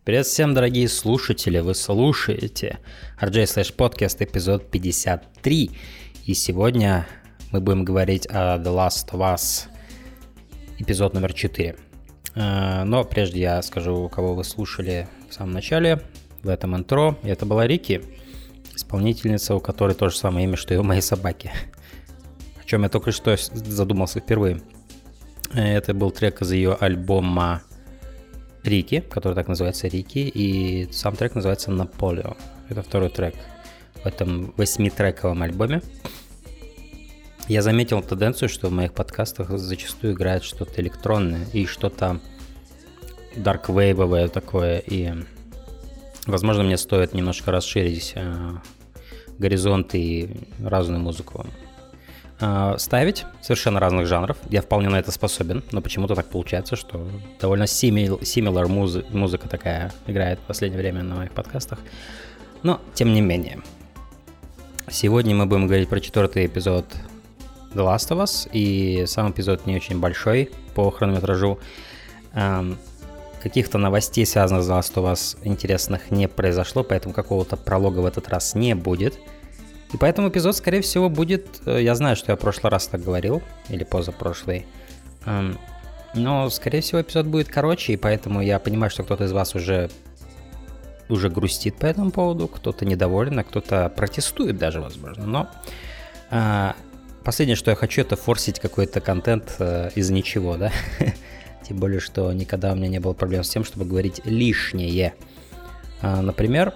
Привет всем, дорогие слушатели, вы слушаете RJ Podcast, эпизод 53. И сегодня мы будем говорить о The Last of Us, эпизод номер 4. Но прежде я скажу, кого вы слушали в самом начале, в этом интро. И это была Рики, исполнительница, у которой то же самое имя, что и у моей собаки. О чем я только что задумался впервые. Это был трек из ее альбома Рики, который так называется Рики, и сам трек называется Наполеон. Это второй трек в этом 8-трековом альбоме. Я заметил тенденцию, что в моих подкастах зачастую играет что-то электронное и что-то дарквейвовое такое, и, возможно, мне стоит немножко расширить горизонты и разную музыку ставить совершенно разных жанров. Я вполне на это способен, но почему-то так получается, что довольно similar музыка такая играет в последнее время на моих подкастах. Но, тем не менее. Сегодня мы будем говорить про 4-й эпизод The Last of Us, и сам эпизод не очень большой по хронометражу. Каких-то новостей, связанных с The Last of Us, интересных не произошло, поэтому какого-то пролога в этот раз не будет. И поэтому эпизод, скорее всего, будет... Я знаю, что я в прошлый раз так говорил, или позапрошлый, но, скорее всего, эпизод будет короче, и поэтому я понимаю, что кто-то из вас уже грустит по этому поводу, кто-то недоволен, а кто-то протестует даже, возможно. Но последнее, что я хочу, это форсить какой-то контент из ничего, да? Тем более, что никогда у меня не было проблем с тем, чтобы говорить лишнее. Например...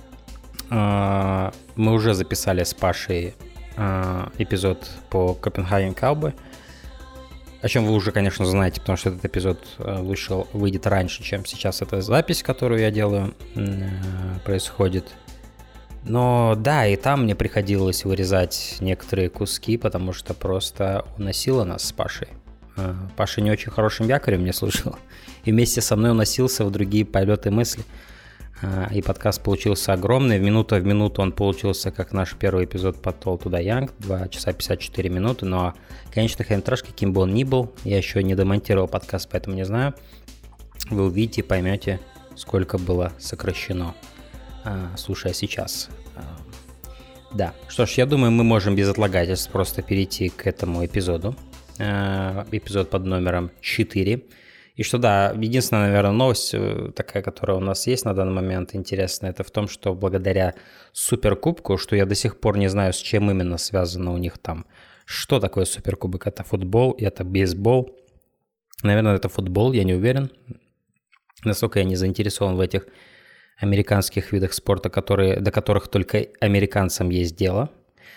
Мы уже записали с Пашей эпизод по Copenhagen Cowboy, о чем вы уже, конечно, знаете, потому что этот эпизод выйдет раньше, чем сейчас эта запись, которую я делаю, происходит. Но да, и там мне приходилось вырезать некоторые куски, потому что просто уносило нас с Пашей. Паша не очень хорошим якорем мне служил, и вместе со мной уносился в другие полеты мысли. И подкаст получился огромный. В минуту он получился, как наш первый эпизод по Told to Die Young, 2 часа 54 минуты. Но, конечно, хрен-траш, каким бы он ни был, я еще не демонтировал подкаст, поэтому не знаю. Вы увидите и поймете, сколько было сокращено, слушая сейчас. Да, что ж, я думаю, мы можем без отлагательств просто перейти к этому эпизоду. Эпизод под номером 4. И что да, единственная, наверное, новость такая, которая у нас есть на данный момент интересная, это в том, что благодаря Суперкубку, что я до сих пор не знаю, с чем именно связано у них там. Что такое Суперкубок? Это футбол, это бейсбол. Наверное, это футбол, я не уверен. Насколько я не заинтересован в этих американских видах спорта, до которых только американцам есть дело.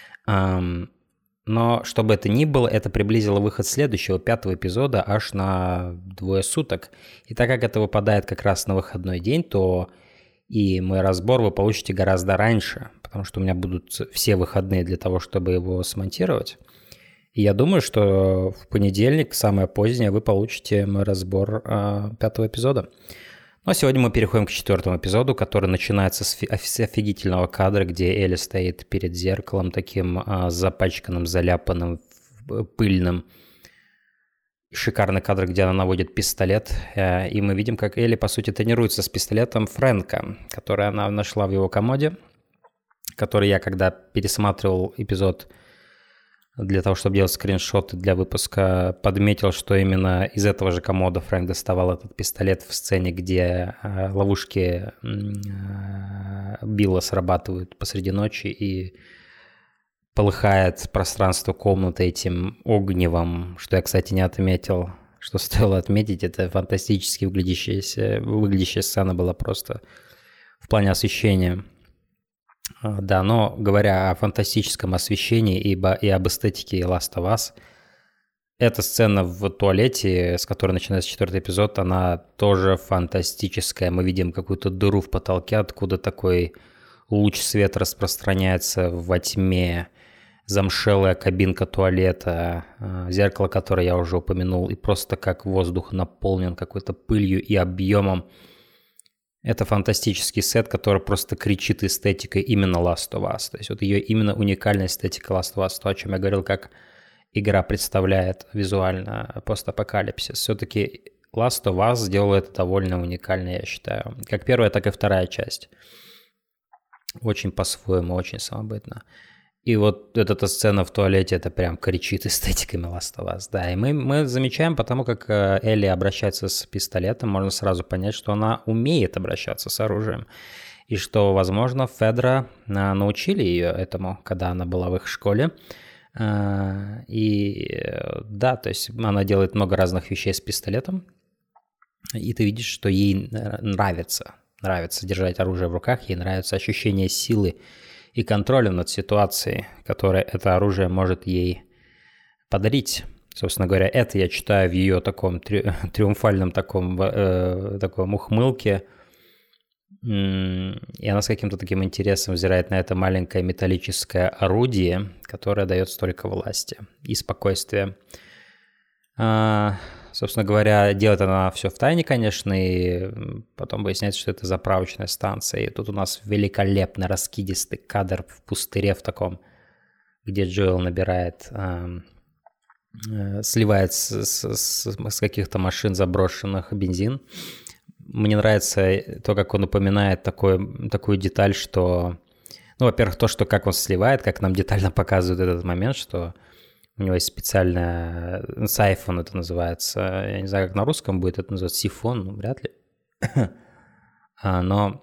Но, что бы это ни было, это приблизило выход следующего, 5-го эпизода аж на 2 суток. И так как это выпадает как раз на выходной день, то и мой разбор вы получите гораздо раньше, потому что у меня будут все выходные для того, чтобы его смонтировать. И я думаю, что в понедельник, самое позднее, вы получите мой разбор 5-го эпизода. Но сегодня мы переходим к 4-му эпизоду, который начинается с офигительного кадра, где Элли стоит перед зеркалом, таким запачканным, заляпанным, пыльным. Шикарный кадр, где она наводит пистолет, и мы видим, как Элли, по сути, тренируется с пистолетом Фрэнка, который она нашла в его комоде, который я, когда пересматривал эпизод для того, чтобы делать скриншоты для выпуска, подметил, что именно из этого же комода Фрэнк доставал этот пистолет в сцене, где ловушки Билла срабатывают посреди ночи и полыхает пространство комнаты этим огневом, что я, кстати, не отметил, что стоило отметить. Это фантастически выглядящая сцена была просто в плане освещения. Да, но говоря о фантастическом освещении и об эстетике Last of Us, эта сцена в туалете, с которой начинается 4-й эпизод, она тоже фантастическая. Мы видим какую-то дыру в потолке, откуда такой луч света распространяется во тьме, замшелая кабинка туалета, зеркало, которое я уже упомянул, и просто как воздух наполнен какой-то пылью и объемом. Это фантастический сет, который просто кричит эстетикой именно Last of Us. То есть вот ее именно уникальная эстетика Last of Us, то, о чем я говорил, как игра представляет визуально постапокалипсис. Все-таки Last of Us сделала это довольно уникально, я считаю. Как первая, так и вторая часть. Очень по-своему, очень самобытно. И вот эта сцена в туалете, это прям кричит эстетиками Last of Us. Да, и мы замечаем, потому как Элли обращается с пистолетом, можно сразу понять, что она умеет обращаться с оружием. И что, возможно, Федра научили ее этому, когда она была в их школе. И да, то есть она делает много разных вещей с пистолетом. И ты видишь, что ей нравится держать оружие в руках, ей нравится ощущение силы и контроля над ситуацией, которое это оружие может ей подарить. Собственно говоря, это я читаю в ее таком триумфальном таком ухмылке. И она с каким-то таким интересом взирает на это маленькое металлическое орудие, которое дает столько власти и спокойствия. Собственно говоря, делает она все в тайне, конечно, и потом выясняется, что это заправочная станция. И тут у нас великолепно раскидистый кадр в пустыре в таком, где Джоэл набирает, сливает с каких-то машин заброшенных бензин. Мне нравится то, как он упоминает такую деталь, что... Ну, во-первых, то, что как он сливает, как нам детально показывают этот момент, что... У него есть специальная... Сайфон это называется. Я не знаю, как на русском будет это называться. Сифон, ну, вряд ли. Но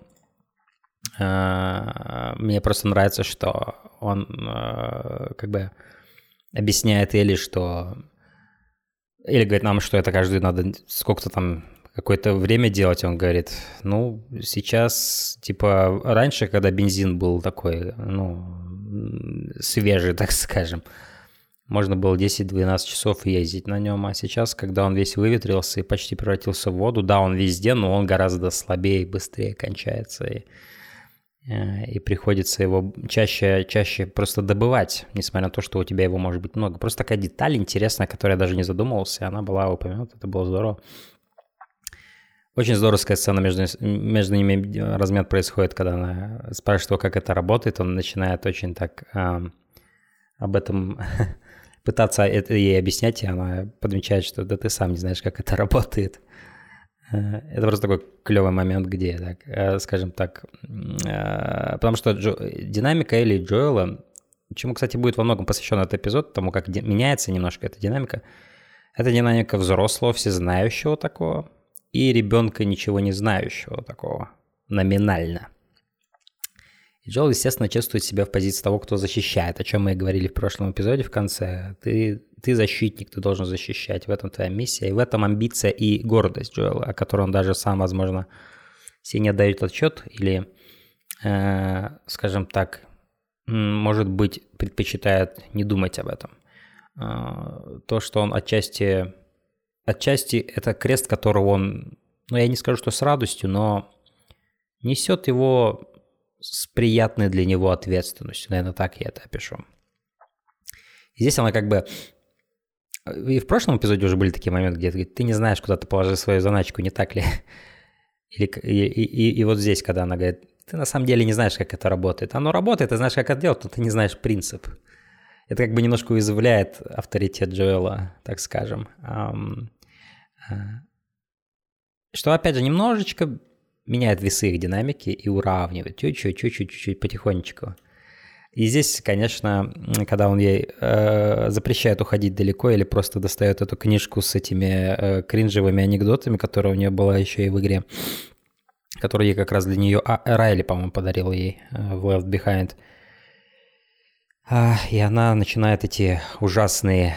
мне просто нравится, что он как бы объясняет Элли, что... Или говорит нам, что это каждый надо сколько-то там... Какое-то время делать, он говорит, ну, сейчас, типа, раньше, когда бензин был такой, ну, свежий, так скажем, можно было 10-12 часов ездить на нем, а сейчас, когда он весь выветрился и почти превратился в воду, да, он везде, но он гораздо слабее и быстрее кончается, и приходится его чаще просто добывать, несмотря на то, что у тебя его может быть много. Просто такая деталь интересная, о которой я даже не задумывался, она была упомянута, это было здорово. Очень здоровская сцена между ними, размен происходит, когда она спрашивает его, как это работает, он начинает очень так об этом пытаться это ей объяснять, и она подмечает, что да ты сам не знаешь, как это работает. Это просто такой клевый момент, где, так, скажем так, потому что динамика Элли и Джоэла, чему, кстати, будет во многом посвящен этот эпизод, тому, как меняется немножко эта динамика. Это динамика взрослого, всезнающего такого, и ребенка, ничего не знающего такого, номинально. И Джоэл, естественно, чувствует себя в позиции того, кто защищает, о чем мы и говорили в прошлом эпизоде в конце. Ты защитник, ты должен защищать, в этом твоя миссия, и в этом амбиция и гордость Джоэла, о которой он даже сам, возможно, себе не отдает отчет, или, скажем так, может быть, предпочитает не думать об этом. То, что он отчасти это крест, которого он, ну, я не скажу, что с радостью, но несет его с приятной для него ответственностью. Наверное, так я это опишу. И здесь она как бы... И в прошлом эпизоде уже были такие моменты, где ты не знаешь, куда ты положил свою заначку, не так ли? И вот здесь, когда она говорит, ты на самом деле не знаешь, как это работает. Оно работает, ты знаешь, как это делать, но ты не знаешь принцип. Это как бы немножко уязвляет авторитет Джоэла, так скажем. Что, опять же, немножечко меняет весы их динамики и уравнивает чуть-чуть, потихонечку. И здесь, конечно, когда он ей запрещает уходить далеко или просто достает эту книжку с этими кринжевыми анекдотами, которая у нее была еще и в игре, которую ей как раз для нее Райли, по-моему, подарил ей в Left Behind. И она начинает эти ужасные...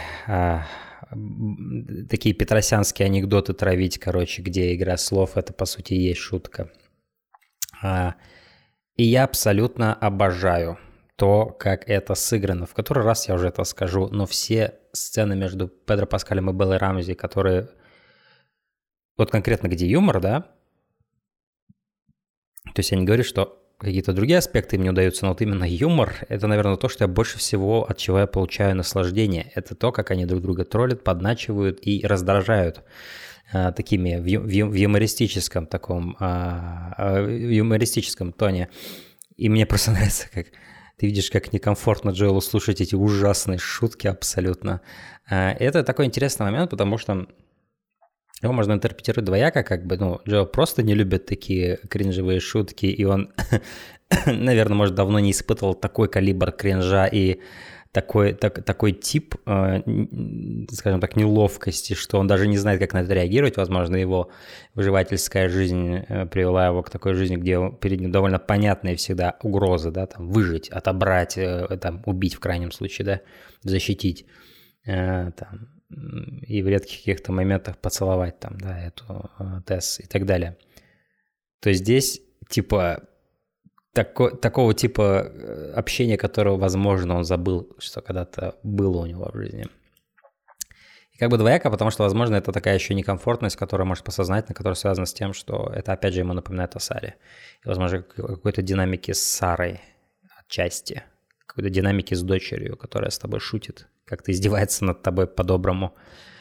такие петросянские анекдоты травить, короче, где игра слов, это, по сути, и есть шутка. И я абсолютно обожаю то, как это сыграно. В который раз я уже это скажу, но все сцены между Педро Паскалем и Беллой Рамзи, которые... Вот конкретно где юмор, да? То есть я не говорю, что какие-то другие аспекты мне удаются, но вот именно юмор — это, наверное, то, что я больше всего, от чего я получаю наслаждение. Это то, как они друг друга троллят, подначивают и раздражают такими в юмористическом таком, в юмористическом тоне. И мне просто нравится, как ты видишь, как некомфортно Джоэлу слушать эти ужасные шутки абсолютно. Это такой интересный момент, потому что Его можно интерпретировать двояко, как бы, ну, Джо просто не любит такие кринжевые шутки, и он, наверное, может, давно не испытывал такой калибр кринжа и такой тип, скажем так, неловкости, что он даже не знает, как на это реагировать. Возможно, его выживательская жизнь привела его к такой жизни, где перед ним довольно понятные всегда угрозы, да, там, выжить, отобрать, там, убить в крайнем случае, да, защитить, там, и в редких каких-то моментах поцеловать там, да, эту Тесс и так далее. То есть здесь, типа, такого типа общения, которого, возможно, он забыл, что когда-то было у него в жизни. И как бы двояко, потому что, возможно, это такая еще некомфортность, которая может подсознательно, которая связана с тем, что это, опять же, ему напоминает о Саре. И, возможно, какой-то динамики с Сарой отчасти, какой-то динамики с дочерью, которая с тобой шутит, как-то издевается над тобой по-доброму.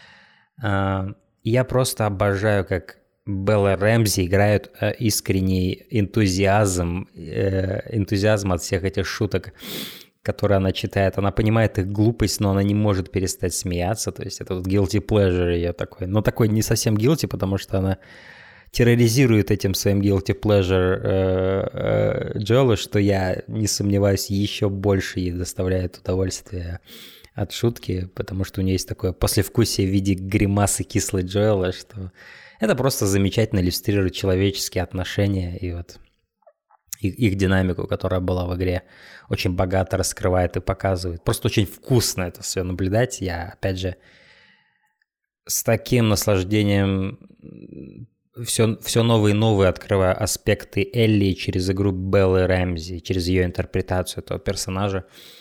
Я просто обожаю, как Белла Рэмзи играет искренний энтузиазм от всех этих шуток, которые она читает. Она понимает их глупость, но она не может перестать смеяться. То есть это вот guilty pleasure ее такой. Но такой не совсем guilty, потому что она терроризирует этим своим guilty pleasure Джоэла, что я не сомневаюсь, еще больше ей доставляет удовольствие от шутки, потому что у нее есть такое послевкусие в виде гримасы кислой Джоэла, что это просто замечательно иллюстрирует человеческие отношения и вот их динамику, которая была в игре, очень богато раскрывает и показывает. Просто очень вкусно это все наблюдать. Я, опять же, с таким наслаждением все новые и новые открываю аспекты Элли через игру Беллы Рэмзи, через ее интерпретацию этого персонажа.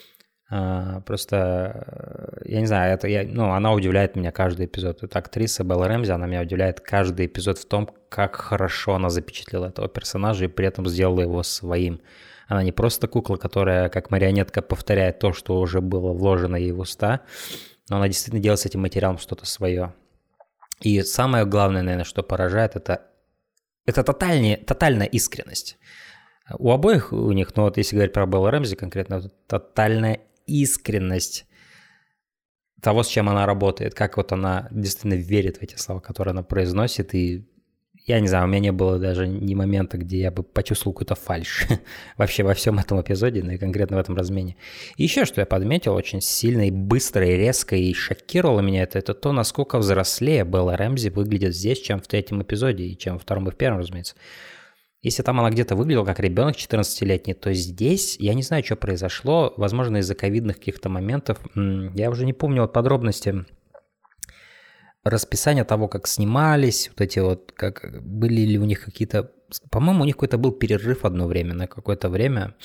Просто, я не знаю, она удивляет меня каждый эпизод. Это актриса Белла Рэмзи, она меня удивляет каждый эпизод в том, как хорошо она запечатлела этого персонажа и при этом сделала его своим. Она не просто кукла, которая как марионетка повторяет то, что уже было вложено ей в уста, но она действительно делает с этим материалом что-то свое. И самое главное, наверное, что поражает, это тотальная искренность. У обоих у них, ну вот если говорить про Беллу Рэмзи конкретно, это тотальная искренность того, с чем она работает, как вот она действительно верит в эти слова, которые она произносит, и я не знаю, у меня не было даже ни момента, где я бы почувствовал какую-то фальшь вообще во всем этом эпизоде, ну и конкретно в этом размене. И еще что я подметил очень сильно и быстро, и резко, и шокировало меня это то, насколько взрослее Белла Рэмзи выглядит здесь, чем в третьем эпизоде, и чем во втором и в первом, разумеется. Если там она где-то выглядела как ребенок 14-летний, то здесь я не знаю, что произошло. Возможно, из-за ковидных каких-то моментов. Я уже не помню вот подробности расписания того, как снимались, вот эти вот, как были ли у них какие-то... По-моему, у них какой-то был перерыв одно время, на какое-то время.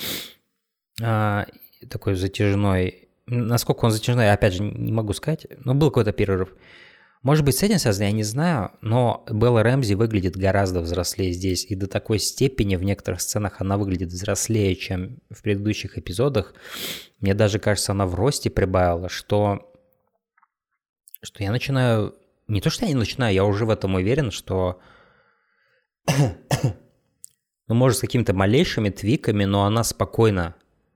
Такой затяжной. Насколько он затяжной, опять же, не могу сказать. Но был какой-то перерыв. Может быть, с этим связано, я не знаю, но Белла Рэмзи выглядит гораздо взрослее здесь, и до такой степени в некоторых сценах она выглядит взрослее, чем в предыдущих эпизодах. Мне даже кажется, она в росте прибавила, что я начинаю... Не то, что я не начинаю, я уже в этом уверен, что... ну, может, с какими-то малейшими твиками, но она спокойно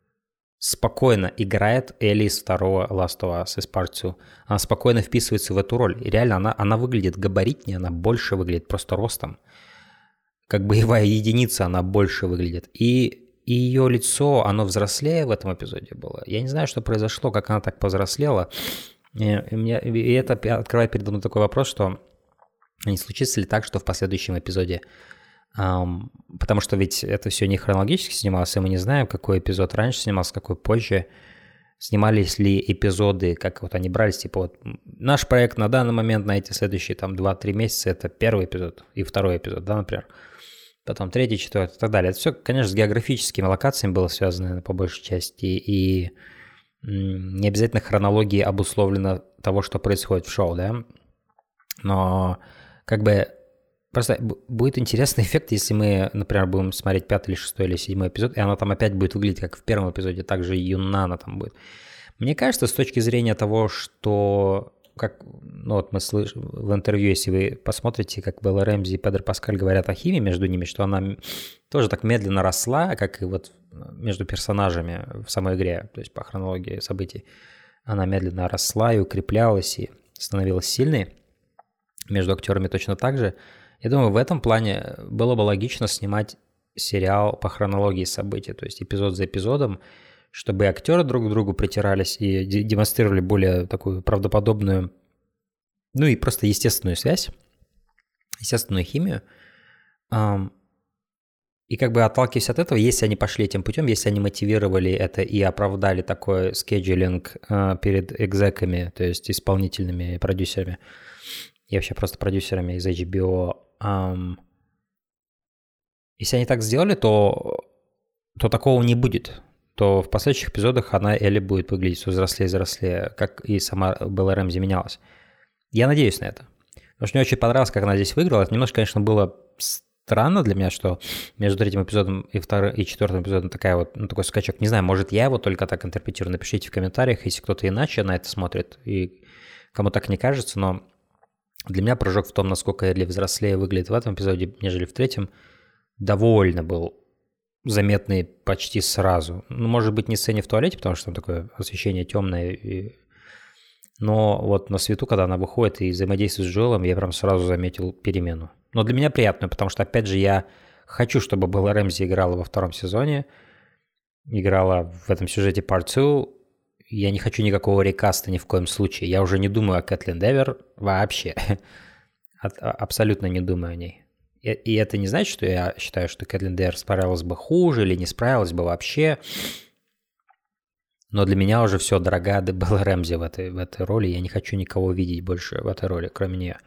играет Элли из второго Last of Us, из Part 2. Она спокойно вписывается в эту роль. И реально она выглядит габаритнее, она больше выглядит просто ростом. Как боевая единица она больше выглядит. И ее лицо, оно взрослее в этом эпизоде было. Я не знаю, что произошло, как она так повзрослела. И это открывает передо мной такой вопрос, что не случится ли так, что в последующем эпизоде... потому что ведь это все не хронологически снималось, и мы не знаем, какой эпизод раньше снимался, какой позже. Снимались ли эпизоды, как вот они брались, типа вот наш проект на данный момент, на эти следующие там 2-3 месяца, это первый эпизод и второй эпизод, да, например. Потом третий, четвертый и так далее. Это все, конечно, с географическими локациями было связано по большей части, и не обязательно хронологией обусловлено того, что происходит в шоу, да. Но как бы просто будет интересный эффект, если мы, например, будем смотреть 5 или 6 или 7 эпизод, и она там опять будет выглядеть, как в первом эпизоде, также юна она там будет. Мне кажется, с точки зрения того, что... Как, ну вот мы слышим в интервью, если вы посмотрите, как Белла Рэмзи и Педро Паскаль говорят о химии между ними, что она тоже так медленно росла, как и вот между персонажами в самой игре, то есть по хронологии событий. Она медленно росла и укреплялась, и становилась сильной. между актерами точно так же. Я думаю, в этом плане было бы логично снимать сериал по хронологии событий, то есть эпизод за эпизодом, чтобы актеры друг к другу притирались и демонстрировали более такую правдоподобную, ну и просто естественную связь, естественную химию. И как бы отталкиваясь от этого, если они пошли этим путем, если они мотивировали это и оправдали такой скеджулинг перед экзеками, то есть исполнительными продюсерами, и вообще просто продюсерами из HBO, если они так сделали, то такого не будет. То в последующих эпизодах Элли будет выглядеть все взрослее и взрослее, как и сама Белла Рэмзи менялась. Я надеюсь на это. Потому что мне очень понравилось, как она здесь выиграла. Это немножко, конечно, было странно для меня, что между третьим эпизодом и четвертым эпизодом такой скачок. Не знаю, может, я его только так интерпретирую. Напишите в комментариях, если кто-то иначе на это смотрит и кому так не кажется. Но для меня прыжок в том, насколько Элли взрослее выглядит в этом эпизоде, нежели в третьем, довольно был заметный почти сразу. Ну, может быть, не в сцене в туалете, потому что там такое освещение темное. Но вот на свету, когда она выходит и взаимодействует с Джоэлом, я прям сразу заметил перемену. Но для меня приятную, потому что, опять же, я хочу, чтобы Белла Рэмзи играла во втором сезоне, играла в этом сюжете Part 2. Я не хочу никакого рекаста ни в коем случае. Я уже не думаю о Кэтлин Девер вообще. Абсолютно не думаю о ней. И это не значит, что я считаю, что Кэтлин Девер справилась бы хуже или не справилась бы вообще. Но для меня уже все, дорогая Белла Рэмзи в этой роли. Я не хочу никого видеть больше в этой роли, кроме нее.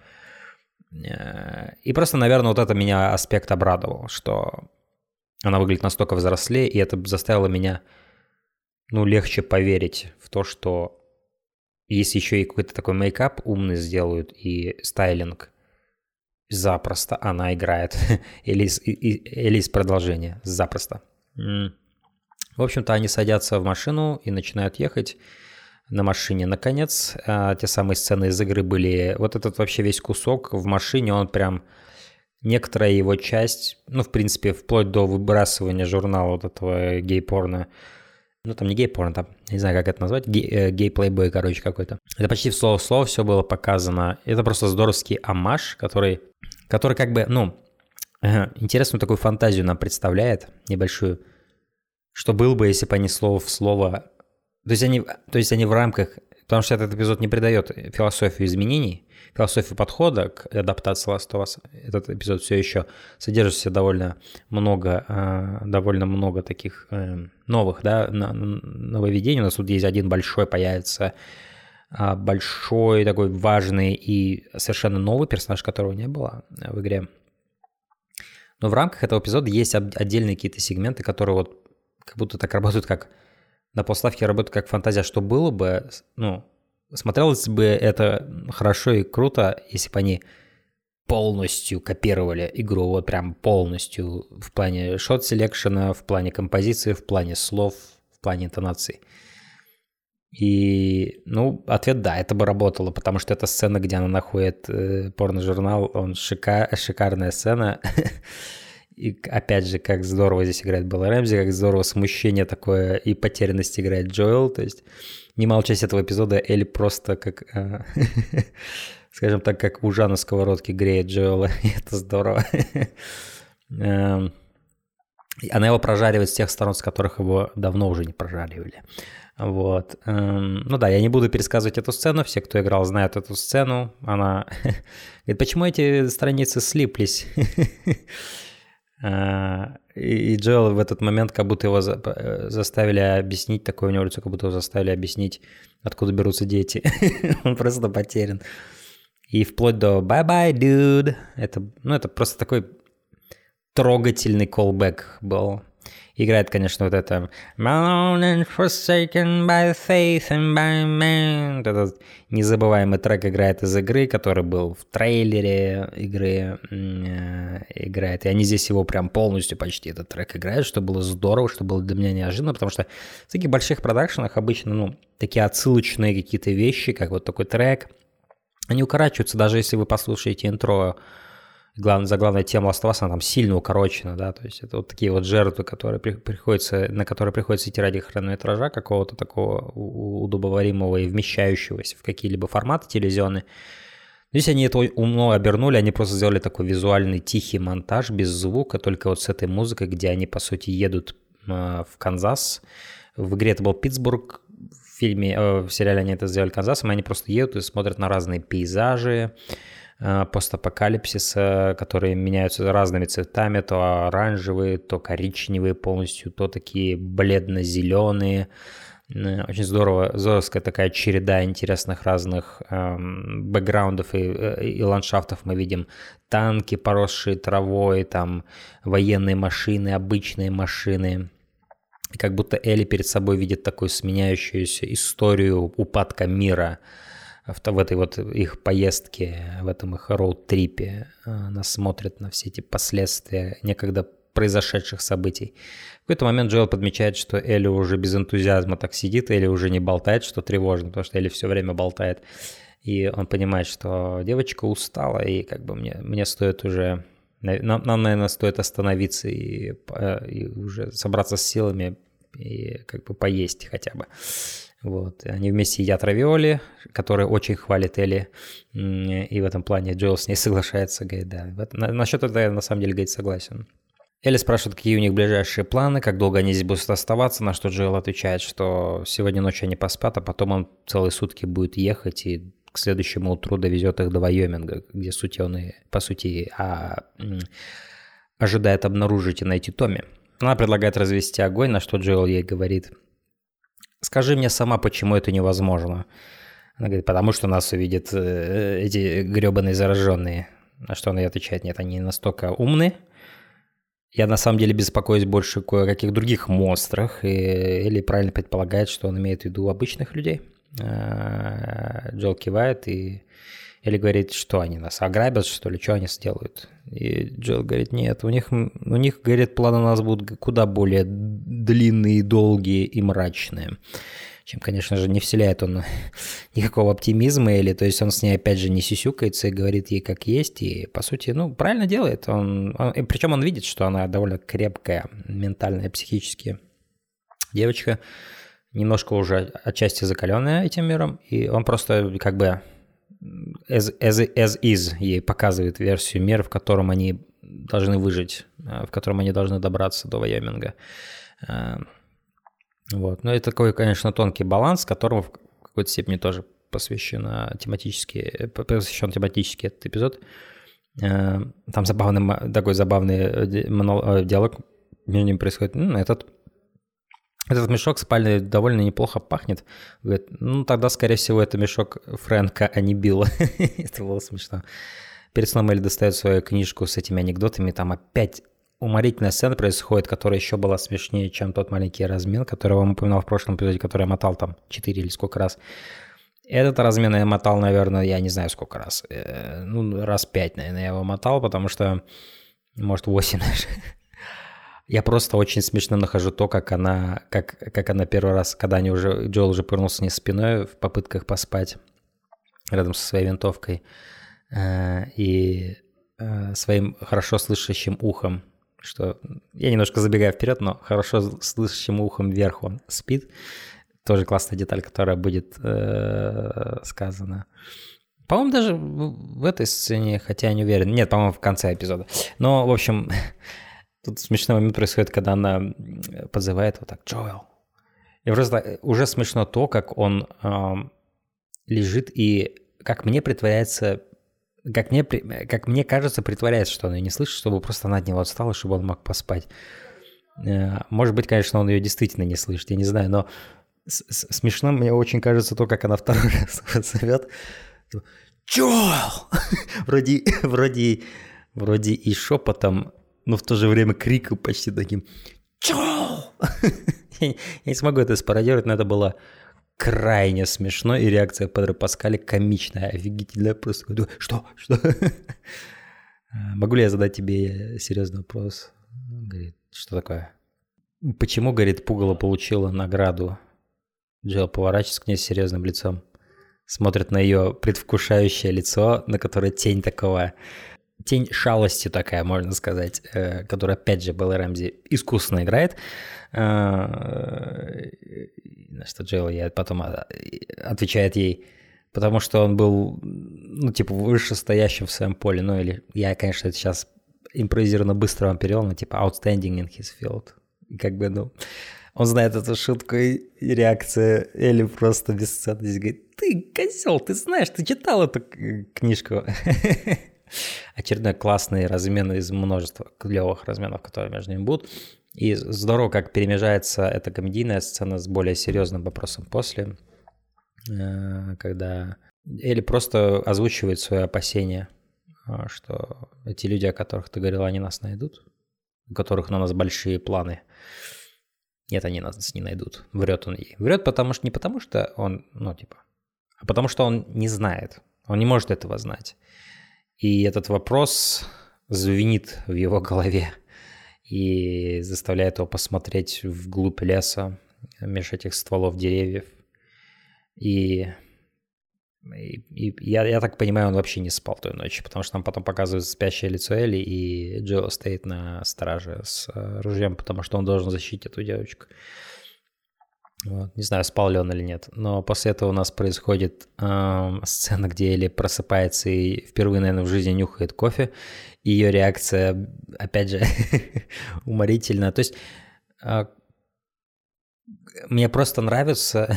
И просто, наверное, вот это меня аспект обрадовал, что она выглядит настолько взрослее, и это заставило меня, легче поверить в то, что если еще и какой-то такой мейкап умный сделают и стайлинг, запросто она играет Элис из продолжения. Запросто. В общем-то, они садятся в машину и начинают ехать на машине. Наконец, те самые сцены из игры были... Вот этот вообще весь кусок в машине, он прям... Некоторая его часть, в принципе, вплоть до выбрасывания журнала вот этого гей-порно. Там не гей-порно, там, не знаю, как это назвать, гей-плейбой, какой-то. Это почти в слово в слово все было показано. Это просто здоровский оммаж, который как бы, интересную такую фантазию нам представляет, небольшую. Что было бы, если бы они слово в слово... То есть они в рамках... Потому что этот эпизод не придает философию изменений, философию подхода к адаптации Last of Us. Этот эпизод все еще содержит в себе довольно много таких новых, нововведений. У нас тут есть один большой появится, большой такой важный и совершенно новый персонаж, которого не было в игре. Но в рамках этого эпизода есть отдельные какие-то сегменты, которые вот как будто так работают, как на полставки работают как фантазия, что было бы, смотрелось бы это хорошо и круто, если бы они полностью копировали игру, вот прям полностью в плане шот-селекшена, в плане композиции, в плане слов, в плане интонаций. И, ответ да, это бы работало, потому что эта сцена, где она находит порно-журнал, он шикарная сцена. И опять же, как здорово здесь играет Белла Рэмзи, как здорово смущение такое и потерянность играет Джоэл. То есть немало часть этого эпизода Элли просто как, скажем так, как ужа на сковородке греет Джоэла. И это здорово. Она его прожаривает с тех сторон, с которых его давно уже не прожаривали. Вот. Я не буду пересказывать эту сцену. Все, кто играл, знают эту сцену. Она говорит, почему эти страницы слиплись? И Джоэл в этот момент как будто его заставили объяснить, такое у него лицо, как будто его заставили объяснить, откуда берутся дети. Он просто потерян. И вплоть до «Bye-bye, dude». Это просто такой трогательный колбэк был. Играет, конечно, вот это «Alone and forsaken by faith and by man». Этот незабываемый трек играет из игры, который был в трейлере игры. Играет. И они здесь его прям полностью почти этот трек играют, что было здорово, что было для меня неожиданно, потому что в таких больших продакшенах обычно, такие отсылочные какие-то вещи, как вот такой трек, они укорачиваются, даже если вы послушаете интро. Заглавная тема Last of Us, она там сильно укорочена, да, то есть это вот такие вот жертвы, на которые приходится идти ради хронометража какого-то такого удобоваримого и вмещающегося в какие-либо форматы телевизионные. Здесь они это умно обернули, они просто сделали такой визуальный тихий монтаж без звука, только вот с этой музыкой, где они, по сути, едут в Канзас. В игре это был Питтсбург, в сериале они это сделали Канзасом, и они просто едут и смотрят на разные пейзажи, постапокалипсиса, которые меняются разными цветами, то оранжевые, то коричневые полностью, то такие бледно-зеленые. Очень здоровская такая череда интересных разных бэкграундов и ландшафтов. Мы видим танки, поросшие травой, там военные машины, обычные машины. И как будто Элли перед собой видит такую сменяющуюся историю упадка мира в этой вот их поездке, в этом их роуд-трипе. Она смотрит на все эти последствия некогда произошедших событий. В какой-то момент Джоэл подмечает, что Элли уже без энтузиазма так сидит, Элли уже не болтает, что тревожно, потому что Элли все время болтает. И он понимает, что девочка устала, и как бы мне стоит уже... Нам, наверное, стоит остановиться и уже собраться с силами и как бы поесть хотя бы. Вот. Они вместе едят равиоли, которые очень хвалит Элли. И в этом плане Джоэл с ней соглашается. Говорит, да. Насчет этого я на самом деле, говорит, согласен. Элли спрашивает, какие у них ближайшие планы, как долго они здесь будут оставаться, на что Джоэл отвечает, что сегодня ночью они поспят, а потом он целые сутки будет ехать и к следующему утру довезет их до Вайоминга, где он по сути ожидает обнаружить и найти Томми. Она предлагает развести огонь, на что Джоэл ей говорит: «Скажи мне сама, почему это невозможно?» Она говорит: «Потому что нас увидят эти гребаные зараженные». На что она ей отвечает: «Нет, они настолько умны. Я на самом деле беспокоюсь больше о каких других монстрах». И Элли правильно предполагает, что он имеет в виду обычных людей. Джоэл кивает, и Элли говорит, что они нас ограбят, что ли, что они сделают. И Джоэл говорит: нет, у них, говорит, планы у нас будут куда более длинные, долгие и мрачные. Чем, конечно же, не вселяет он никакого оптимизма, или, то есть он с ней опять же не сисюкается и говорит ей как есть, и по сути, правильно делает. Причем он видит, что она довольно крепкая ментально и психически девочка, немножко уже отчасти закаленная этим миром, и он просто как бы as is ей показывает версию мира, в котором они должны выжить, в котором они должны добраться до Вайоминга. Вот. Но это такой, конечно, тонкий баланс, которому в какой-то степени тоже посвящен тематический этот эпизод. Там такой забавный диалог между ними происходит. Этот мешок спальный довольно неплохо пахнет. Говорит, тогда, скорее всего, это мешок Фрэнка, а не Билла. Это было смешно. Перед сном Элли достает свою книжку с этими анекдотами. Там опять уморительная сцена происходит, которая еще была смешнее, чем тот маленький размен, который я вам упоминал в прошлом эпизоде, который я мотал там 4 или сколько раз. Этот размен я мотал, наверное, я не знаю сколько раз. Раз 5, наверное, я его мотал, потому что, может, 8 даже. Я просто очень смешно нахожу то, как она первый раз, когда Джоэл уже повернулся с ней спиной в попытках поспать рядом со своей винтовкой и своим хорошо слышащим ухом, что я немножко забегаю вперед, но хорошо слышащим ухом вверх он спит. Тоже классная деталь, которая будет сказана. По-моему, даже в этой сцене, хотя я не уверен. Нет, по-моему, в конце эпизода. Но, в общем... Тут смешной момент происходит, когда она подзывает вот так: «Джоэл». И просто уже смешно то, как он лежит и как мне притворяется, как мне кажется, притворяется, что он ее не слышит, чтобы просто она от него отстала, чтобы он мог поспать. Может быть, конечно, он ее действительно не слышит, я не знаю, но смешно мне очень кажется то, как она второй раз зовет: «Джоэл!» Вроде и шепотом, но в то же время криком почти таким: «Джоэл!» Я не смогу это спародировать, но это было крайне смешно, и реакция Педро Паскаля комичная, офигительная. Просто говорю: что? Могу ли я задать тебе серьезный вопрос? Он говорит: что такое? Почему, говорит, пугало получила награду? Джоэл поворачивается к ней с серьезным лицом, смотрит на ее предвкушающее лицо, на которое тень шалости такая, можно сказать, которая, опять же, Белла Рэмзи искусно играет. На что Джоэл потом отвечает ей: потому что он был, ну, типа, вышестоящим в своем поле. Ну, или я, конечно, это сейчас импровизированно быстро вам перевел, но, типа, outstanding in his field. И как бы, ну, он знает эту шутку, и реакция Элли просто бесценная. Говорит, ты козел, ты знаешь, ты читал эту книжку. Очередной классный размен из множества клевых разменов, которые между ними будут. И здорово, как перемежается эта комедийная сцена с более серьезным вопросом после, когда Элли просто озвучивает свои опасения, что эти люди, о которых ты говорил, они нас найдут, у которых на нас большие планы. Нет, они нас не найдут. Врет он ей. Врет не потому что он, ну, типа, а потому что он не знает. Он не может этого знать. И этот вопрос звенит в его голове и заставляет его посмотреть вглубь леса, меж этих стволов деревьев. И я так понимаю, он вообще не спал той ночью, потому что нам потом показывают спящее лицо Элли, и Джо стоит на страже с ружьем, потому что он должен защитить эту девочку. Вот. Не знаю, спал ли он или нет. Но после этого у нас происходит сцена, где Элли просыпается и впервые, наверное, в жизни нюхает кофе. И ее реакция, опять же, уморительна. То есть мне просто нравится...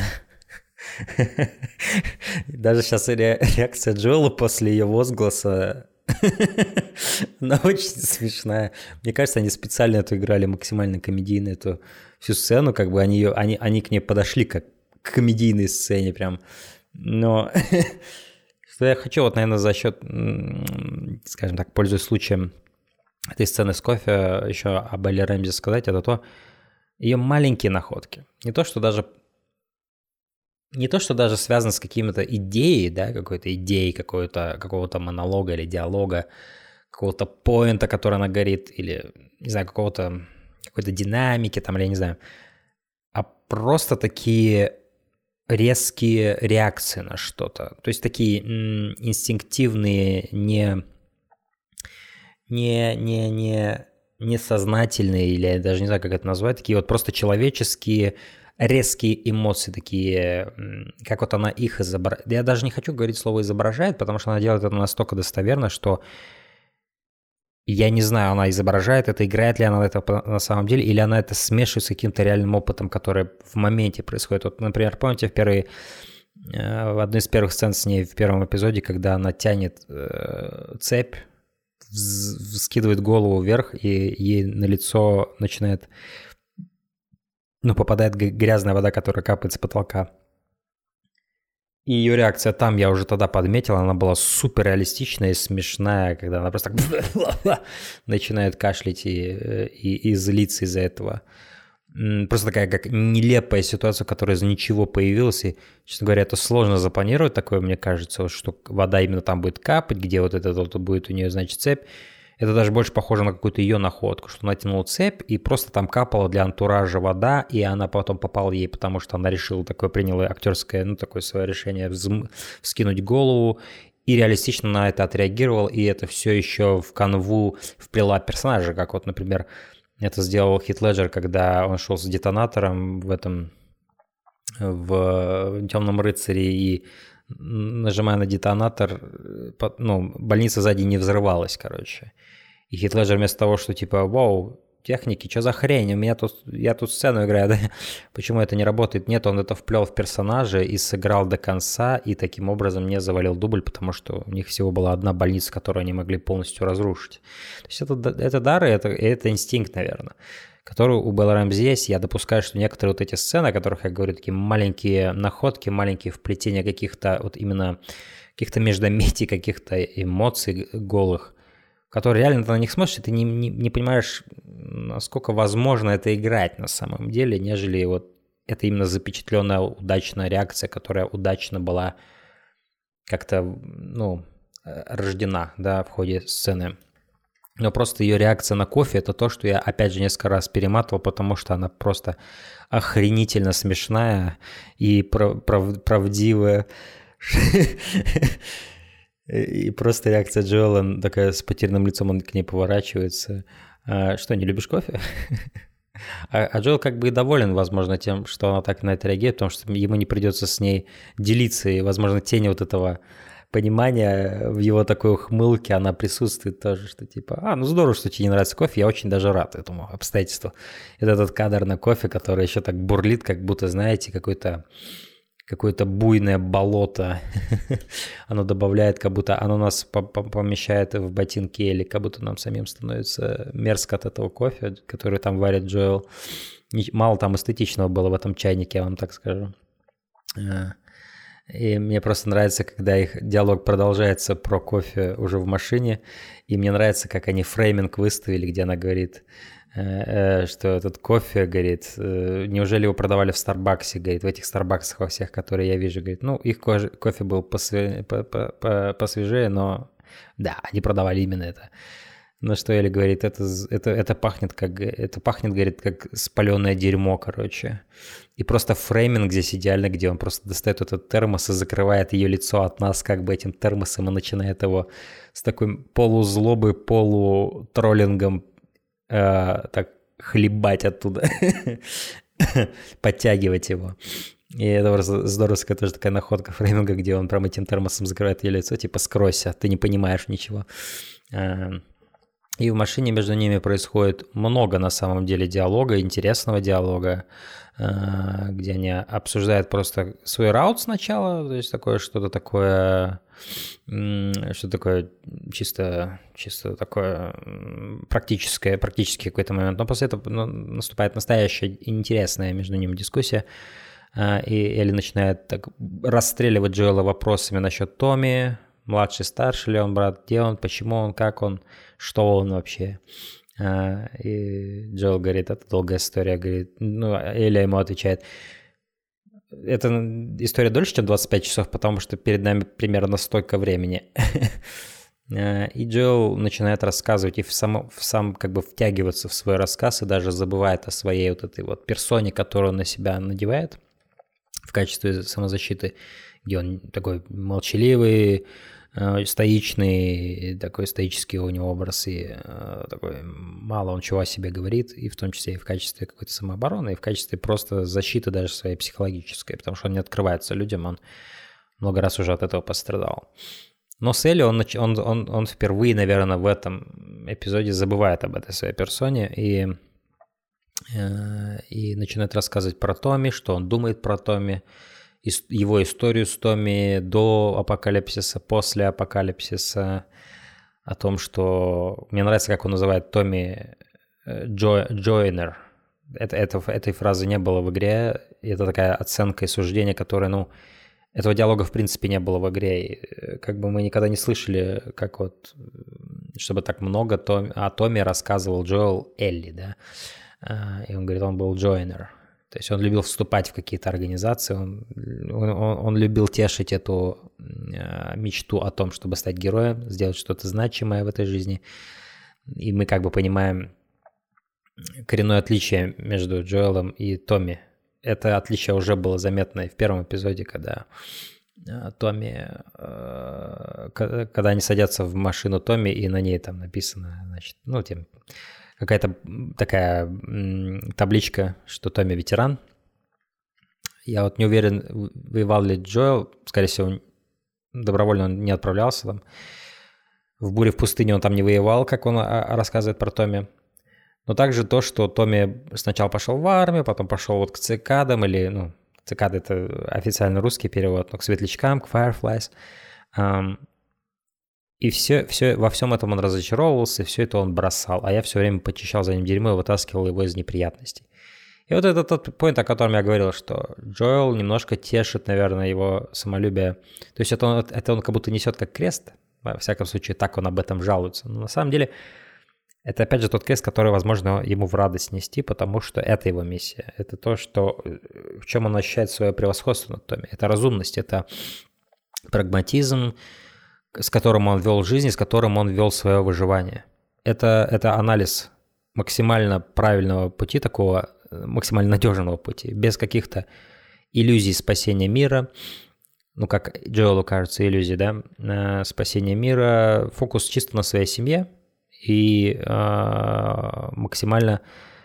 Даже сейчас реакция Джоэла после ее возгласа, она очень смешная. Мне кажется, они специально эту играли максимально комедийно, эту всю сцену, как бы они к ней подошли как к комедийной сцене прям. Но что я хочу, вот, наверное, за счет, скажем так, пользуясь случаем этой сцены с кофе, еще об Элли Рэмзи сказать, это то, ее маленькие находки. Не то, что даже связано с какими-то идеей, да, какого-то монолога или диалога, какого-то поинта, который она говорит, или, не знаю, какой-то динамики там, или я не знаю, а просто такие резкие реакции на что-то. То есть такие инстинктивные, несознательные, или я даже не знаю, как это назвать, такие вот просто человеческие резкие эмоции такие, как вот она их изображает. Я даже не хочу говорить слово «изображает», потому что она делает это настолько достоверно, что я не знаю, она изображает это, играет ли она это на самом деле, или она это смешивает с каким-то реальным опытом, который в моменте происходит. Вот, например, помните в одной из первых сцен с ней в первом эпизоде, когда она тянет цепь, вскидывает голову вверх, и ей на лицо начинает... попадает грязная вода, которая капает с потолка. И ее реакция там, я уже тогда подметил, она была супер реалистичная и смешная, когда она просто так начинает кашлять и злиться из-за этого. Просто такая как нелепая ситуация, которая из ничего появилась. И, честно говоря, это сложно запланировать такое, мне кажется, что вода именно там будет капать, где вот это вот будет у нее, значит, цепь. Это даже больше похоже на какую-то ее находку, что она тянула цепь, и просто там капала для антуража вода, и она потом попала ей, потому что она решила такое, приняла актерское, такое свое решение вскинуть голову, и реалистично на это отреагировал, и это все еще в канву вплела персонажа, как вот, например, это сделал Хит Леджер, когда он шел с детонатором в «Темном рыцаре», и нажимая на детонатор, больница сзади не взрывалась, короче. И Хит Леджер вместо того, что типа, вау, техники, что за хрень, я тут сцену играю, да? Почему это не работает? Нет, он это вплел в персонажа и сыграл до конца, и таким образом не завалил дубль, потому что у них всего была одна больница, которую они могли полностью разрушить. То есть это дары, это инстинкт, наверное, который у Беллы Рэмзи есть. Я допускаю, что некоторые вот эти сцены, о которых я говорю, такие маленькие находки, маленькие вплетения каких-то вот именно каких-то междометий, каких-то эмоций голых, которые реально ты на них смотришь, и ты не понимаешь, насколько возможно это играть на самом деле, нежели вот это именно запечатленная удачная реакция, которая удачно была как-то, рождена, да, в ходе сцены. Но просто ее реакция на кофе – это то, что я, опять же, несколько раз перематывал, потому что она просто охренительно смешная и правдивая. И просто реакция Джоэла такая с потерянным лицом, он к ней поворачивается. Что, не любишь кофе? А Джоэл как бы и доволен, возможно, тем, что она так на это реагирует, потому что ему не придется с ней делиться, и, возможно, тень вот этого понимания в его такой ухмылке, она присутствует тоже, что типа, ну здорово, что тебе не нравится кофе, я очень даже рад этому обстоятельству. Это этот кадр на кофе, который еще так бурлит, как будто, знаете, какое-то буйное болото. Оно добавляет, как будто оно нас помещает в ботинки, или как будто нам самим становится мерзко от этого кофе, который там варит Джоэл. Мало там эстетичного было в этом чайнике, я вам так скажу. И мне просто нравится, когда их диалог продолжается про кофе уже в машине, и мне нравится, как они фрейминг выставили, где она говорит, что этот кофе, говорит, неужели его продавали в Старбаксе, говорит, в этих Старбаксах во всех, которые я вижу, говорит, ну, их кофе был посвежее, но да, они продавали именно это. На что Элли говорит, это пахнет, говорит, как спаленное дерьмо, короче. И просто фрейминг здесь идеально, где он просто достает этот термос и закрывает ее лицо от нас как бы этим термосом и начинает его с такой полузлобой, полутроллингом так хлебать оттуда, подтягивать его. И это просто здоровская тоже такая находка фрейминга, где он прям этим термосом закрывает ее лицо, типа «скройся, ты не понимаешь ничего». И в машине между ними происходит много, на самом деле, диалога, интересного диалога, где они обсуждают просто свой раут сначала, то есть такое что-то такое чисто такое практический какой-то момент. Но после этого наступает настоящая интересная между ними дискуссия, и Элли начинает так расстреливать Джоэла вопросами насчет Томми, младший, старший ли он брат, где он, почему он, как он, что он вообще. И Джоэл говорит, это долгая история, говорит, Элли ему отвечает, эта история дольше, чем 25 часов, потому что перед нами примерно столько времени. И Джоэл начинает рассказывать и сам как бы втягиваться в свой рассказ и даже забывает о своей вот этой вот персоне, которую он на себя надевает в качестве самозащиты, где он такой молчаливый, стоичный, такой стоический у него образ, и такой мало он чего о себе говорит, и в том числе и в качестве какой-то самообороны, и в качестве просто защиты даже своей психологической, потому что он не открывается людям, он много раз уже от этого пострадал. Но с Элли он впервые, наверное, в этом эпизоде забывает об этой своей персоне и начинает рассказывать про Томми, что он думает про Томми, его историю с Томми до апокалипсиса, после апокалипсиса, о том, что... Мне нравится, как он называет Томми Джойнер. Этой фразы не было в игре, и это такая оценка и суждение, которое, этого диалога в принципе не было в игре. И как бы мы никогда не слышали, как вот, чтобы так много о Томми рассказывал Джоэл Элли, да. И он говорит, он был Джойнер. То есть он любил вступать в какие-то организации, он любил тешить эту мечту о том, чтобы стать героем, сделать что-то значимое в этой жизни. И мы как бы понимаем коренное отличие между Джоэлом и Томми. Это отличие уже было заметно и в первом эпизоде, когда Томми, когда они садятся в машину Томми, и на ней там написано, значит, какая-то такая табличка, что Томми ветеран. Я вот не уверен, воевал ли Джоэл. Скорее всего, добровольно он не отправлялся там. В «Буре в пустыне» он там не воевал, как он рассказывает про Томми. Но также то, что Томми сначала пошел в армию, потом пошел вот к цикадам, или, цикады — это официально русский перевод, но к светлячкам, к fireflies. И во всем этом он разочаровывался, все это он бросал. А я все время почищал за ним дерьмо и вытаскивал его из неприятностей. И вот это тот поинт, о котором я говорил, что Джоэл немножко тешит, наверное, его самолюбие. То есть это он как будто несет как крест. Во всяком случае, так он об этом жалуется. Но на самом деле это опять же тот крест, который, возможно, ему в радость нести, потому что это его миссия. Это то, в чем он ощущает свое превосходство над Томми. Это разумность, это прагматизм, с которым он вел жизнь, с которым он вел свое выживание. Это анализ максимально правильного пути, такого максимально надежного пути, без каких-то иллюзий спасения мира, как Джоэлу кажется, иллюзии, да, спасения мира, фокус чисто на своей семье и максимально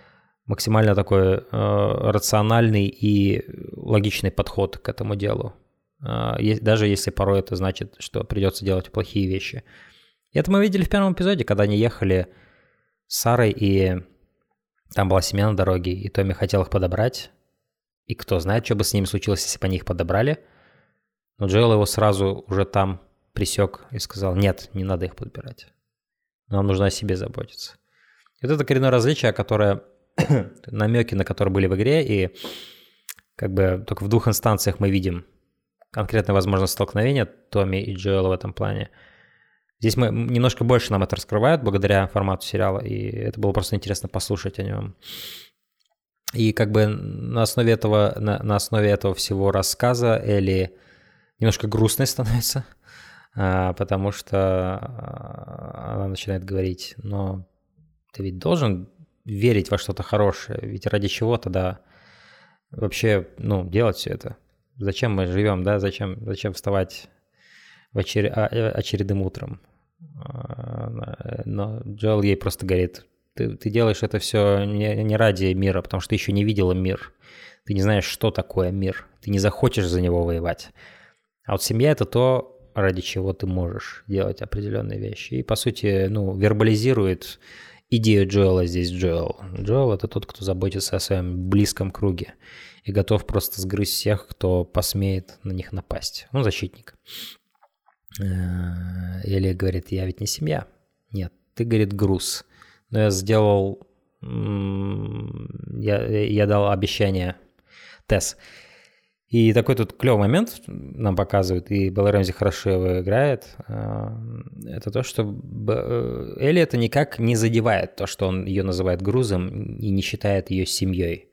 максимально такой рациональный и логичный подход к этому делу. Даже если порой это значит, что придется делать плохие вещи. И это мы видели в первом эпизоде, когда они ехали с Сарой, и там была семья на дороге, и Томми хотел их подобрать. И кто знает, что бы с ними случилось, если бы они их подобрали. Но Джоэл его сразу уже там пресек и сказал: нет, не надо их подбирать. Нам нужно о себе заботиться. И вот это коренное различие, которое намеки на которые были в игре, и как бы только в двух инстанциях мы видим конкретное возможное столкновение Томми и Джоэла в этом плане. Здесь мы немножко больше нам это раскрывают благодаря формату сериала, и это было просто интересно послушать о нем. И как бы на основе этого всего рассказа Элли немножко грустной становится, потому что она начинает говорить: но ты ведь должен верить во что-то хорошее, ведь ради чего тогда вообще, делать все это? Зачем мы живем, да? Зачем вставать очередным утром? Но Джоэл ей просто говорит: ты делаешь это все не ради мира, потому что ты еще не видела мир. Ты не знаешь, что такое мир. Ты не захочешь за него воевать. А вот семья — это то, ради чего ты можешь делать определенные вещи. И, по сути, вербализирует идею Джоэла здесь Джоэл. Джоэл — это тот, кто заботится о своем близком круге и готов просто сгрызть всех, кто посмеет на них напасть. Он защитник. Или говорит: я ведь не семья. Нет, ты, говорит, груз. Но я сделал... Я дал обещание Тесс. И такой тут клевый момент нам показывают, и Белла Рэмзи хорошо его играет. Это то, что Элли это никак не задевает, то, что он ее называет грузом и не считает ее семьей.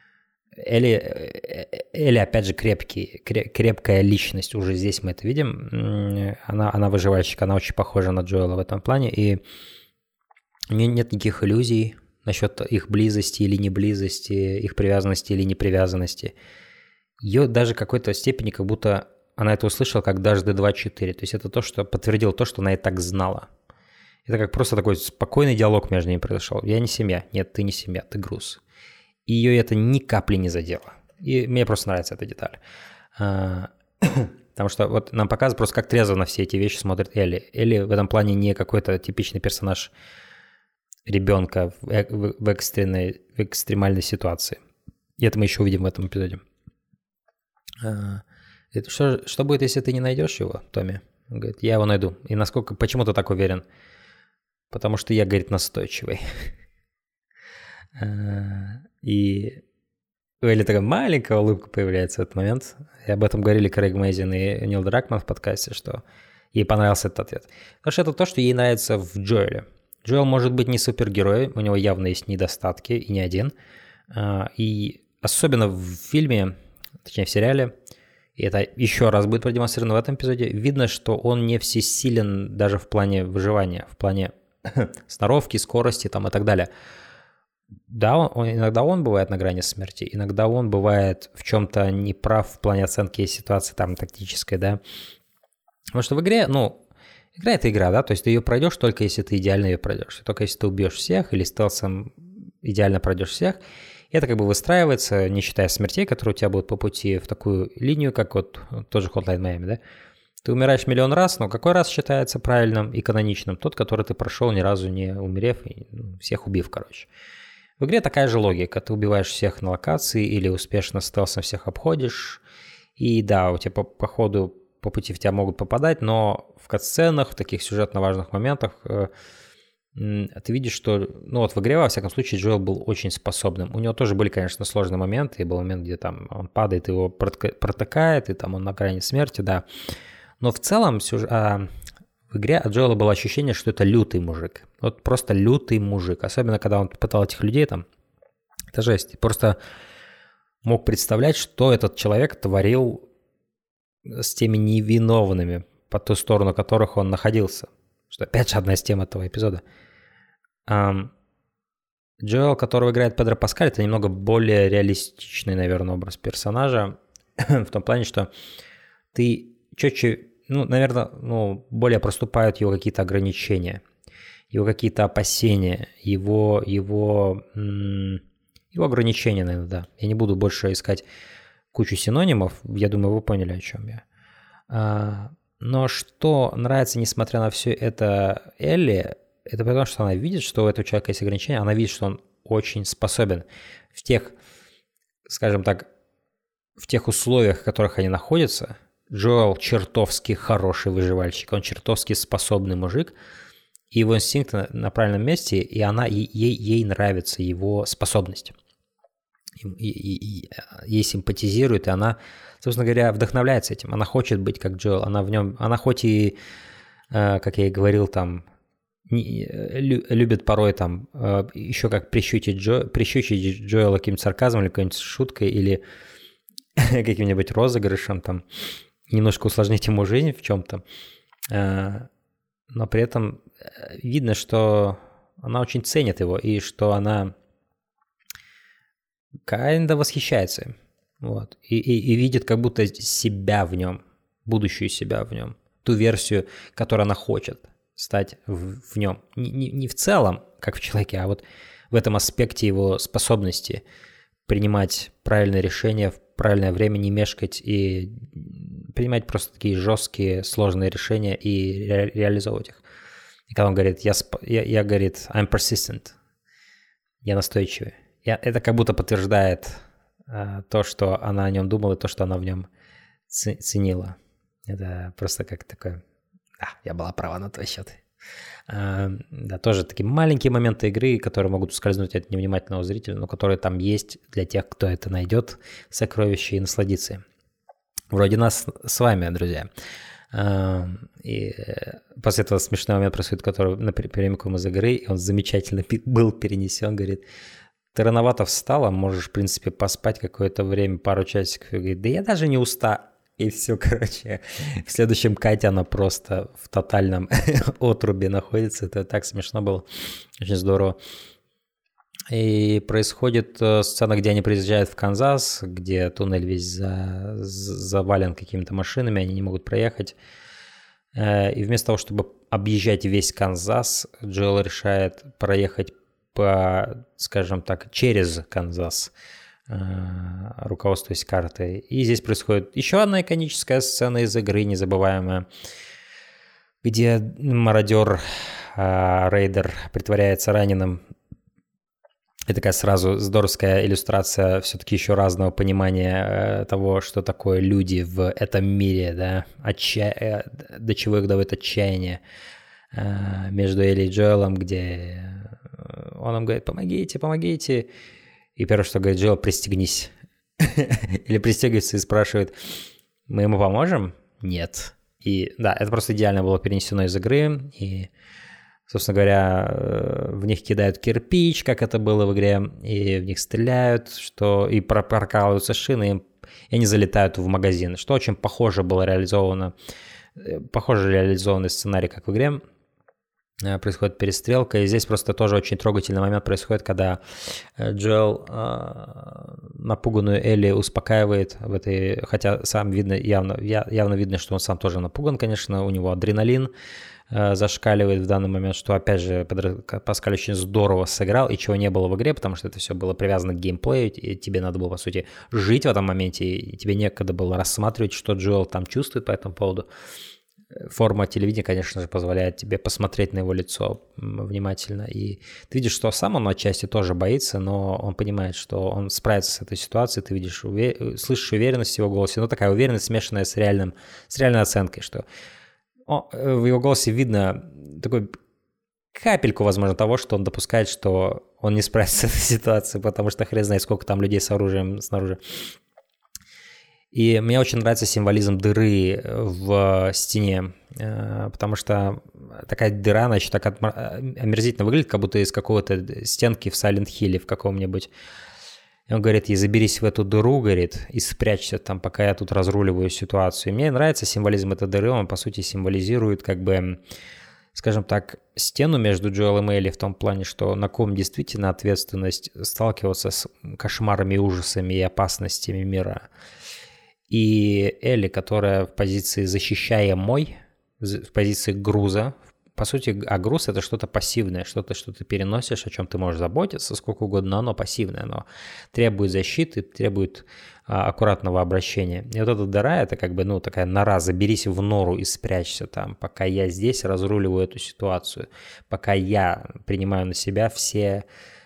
Элли, опять же, крепкая личность. Уже здесь мы это видим. Она выживальщик, она очень похожа на Джоэла в этом плане. И у нее нет никаких иллюзий насчет их близости или неблизости, их привязанности или непривязанности. Ее даже в какой-то степени, как будто она это услышала как «Дважды два — четыре». То есть это то, что подтвердило то, что она и так знала. Это как просто такой спокойный диалог между ними произошел. Я не семья. Нет, ты не семья, ты груз. И ее это ни капли не задело. И мне просто нравится эта деталь. Потому что вот нам показывают просто, как трезво на все эти вещи смотрит Элли. Элли в этом плане не какой-то типичный персонаж ребенка в экстремальной ситуации. И это мы еще увидим в этом эпизоде. Что будет, если ты не найдешь его, Томми? Он говорит: я его найду. И почему ты так уверен? Потому что я, говорит, настойчивый. И у Элли такая маленькая улыбка появляется в этот момент. И об этом говорили Крейг Мэйзин и Нил Дракман в подкасте, что ей понравился этот ответ. Потому что это то, что ей нравится в Джоэле. Джоэл может быть не супергерой, у него явно есть недостатки, и не один. И особенно в фильме, точнее в сериале, и это еще раз будет продемонстрировано в этом эпизоде, видно, что он не всесилен даже в плане выживания, в плане сноровки, скорости там, и так далее. Да, иногда он бывает на грани смерти, иногда он бывает в чем-то неправ в плане оценки ситуации там тактической, да. Потому что в игре, игра — это игра, да, то есть ты ее пройдешь только если ты идеально ее пройдешь. Только если ты убьешь всех или стелсом идеально пройдешь всех. И это как бы выстраивается, не считая смертей, которые у тебя будут по пути, в такую линию, как вот тоже Hotline Miami, да. Ты умираешь миллион раз, но какой раз считается правильным и каноничным? Тот, который ты прошел, ни разу не умерев, и всех убив, короче. В игре такая же логика. Ты убиваешь всех на локации или успешно стелсом всех обходишь. И да, у тебя по ходу, по пути в тебя могут попадать, но в катсценах, в таких сюжетно важных моментах ты видишь, что, в игре, во всяком случае, Джоэл был очень способным. У него тоже были, конечно, сложные моменты. И был момент, где там он падает, его протыкает, и там он на грани смерти, да. Но в целом в игре от Джоэла было ощущение, что это лютый мужик. Вот просто лютый мужик. Особенно, когда он пытал этих людей там. Это жесть. Ты просто мог представлять, что этот человек творил с теми невиновными, по ту сторону которых он находился. Что опять же одна из тем этого эпизода. Джоэл, которого играет Педро Паскаль, это немного более реалистичный, наверное, образ персонажа. В том плане, что ты четче, наверное, более проступают его какие-то ограничения, его какие-то опасения, его Его ограничения, наверное, да. Я не буду больше искать кучу синонимов. Я думаю, вы поняли, о чем я. Но что нравится, несмотря на все это Элли, это потому, что она видит, что у этого человека есть ограничения, она видит, что он очень способен в тех, скажем так, в тех условиях, в которых они находятся. Джоэл чертовски хороший выживальщик, он чертовски способный мужик, и его инстинкт на правильном месте, и ей нравится его способность. Ей симпатизирует, и она, собственно говоря, вдохновляется этим. Она хочет быть как Джоэл, она хоть и, как я и говорил, там, любит порой там еще как прищучить Джоэла каким-то сарказмом или какой-нибудь шуткой или каким-нибудь розыгрышем, там, немножко усложнить ему жизнь в чем-то. Но при этом видно, что она очень ценит его и что она восхищается им. Вот. И видит как будто себя в нем, будущую себя в нем, ту версию, которую она хочет стать в нем. Не в целом, как в человеке, а вот в этом аспекте его способности принимать правильные решения в правильное время, не мешкать и принимать просто такие жесткие, сложные решения и реализовывать их. И когда он говорит, я говорит, I'm persistent, я настойчивый. Это как будто подтверждает то, что она о нем думала, и то, что она в нем ценила. Это просто как такое, я была права на твой счет. Да, тоже такие маленькие моменты игры, которые могут ускользнуть от невнимательного зрителя, но которые там есть для тех, кто это найдет, сокровища и насладится. Вроде нас с вами, друзья. И после этого смешной момент происходит, который прямиком из игры, и он замечательно был перенесен, говорит, ты рановато встала, можешь, в принципе, поспать какое-то время, пару часиков. И говорит, да я даже не устал. И все, короче, в следующем кате она просто в тотальном отрубе находится. Это так смешно было, очень здорово. И происходит сцена, где они приезжают в Канзас, где туннель весь завален какими-то машинами, они не могут проехать. И вместо того, чтобы объезжать весь Канзас, Джоэл решает проехать скажем так, через Канзас, руководствуясь картой. И здесь происходит еще одна иконическая сцена из игры, незабываемая, где мародер Рейдер притворяется раненым. И такая сразу здоровская иллюстрация все-таки еще разного понимания того, что такое люди в этом мире, да, до чего их доводит отчаяние между Элли и Джоэлом, где он им говорит, помогите. И первое, что говорит Джоэл, пристегнись. Или пристегивается и спрашивает, мы ему поможем? Нет. И да, это просто идеально было перенесено из игры. И, собственно говоря, в них кидают кирпич, как это было в игре, и в них стреляют, и прокалываются шины, и они залетают в магазин, что очень похоже было реализованный сценарий, как в игре. Происходит перестрелка, и здесь просто тоже очень трогательный момент происходит, когда Джоэл напуганную Элли успокаивает в этой, хотя сам видно, явно видно, что он сам тоже напуган, конечно, у него адреналин зашкаливает в данный момент, что, опять же, Паскаль очень здорово сыграл, и чего не было в игре, потому что это все было привязано к геймплею, и тебе надо было, по сути, жить в этом моменте, и тебе некогда было рассматривать, что Джоэл там чувствует по этому поводу. Форма телевидения, конечно же, позволяет тебе посмотреть на его лицо внимательно. И ты видишь, что сам он отчасти тоже боится, но он понимает, что он справится с этой ситуацией. Ты видишь, слышишь уверенность в его голосе. Но такая уверенность, смешанная с реальной оценкой, что в его голосе видно такую капельку, возможно, того, что он допускает, что он не справится с этой ситуацией, потому что хрен знает, сколько там людей с оружием снаружи. И мне очень нравится символизм дыры в стене, потому что такая дыра, она еще так омерзительно выглядит, как будто из какого-то стенки в Silent Hill в каком-нибудь. И он говорит, ей заберись в эту дыру, говорит, и спрячься там, пока я тут разруливаю ситуацию. И мне нравится символизм этой дыры, он, по сути, символизирует, как бы, скажем так, стену между Джоэлом и Элли в том плане, что на ком действительно ответственность сталкиваться с кошмарами, ужасами и опасностями мира. И Элли, которая в позиции защищаемой, в позиции груза, по сути, груз — это что-то пассивное, что-то, что ты переносишь, о чем ты можешь заботиться сколько угодно, но оно пассивное, оно требует защиты, требует аккуратного обращения. И вот эта дыра — это как бы, такая нора, заберись в нору и спрячься там, пока я здесь разруливаю эту ситуацию, пока я принимаю на себя все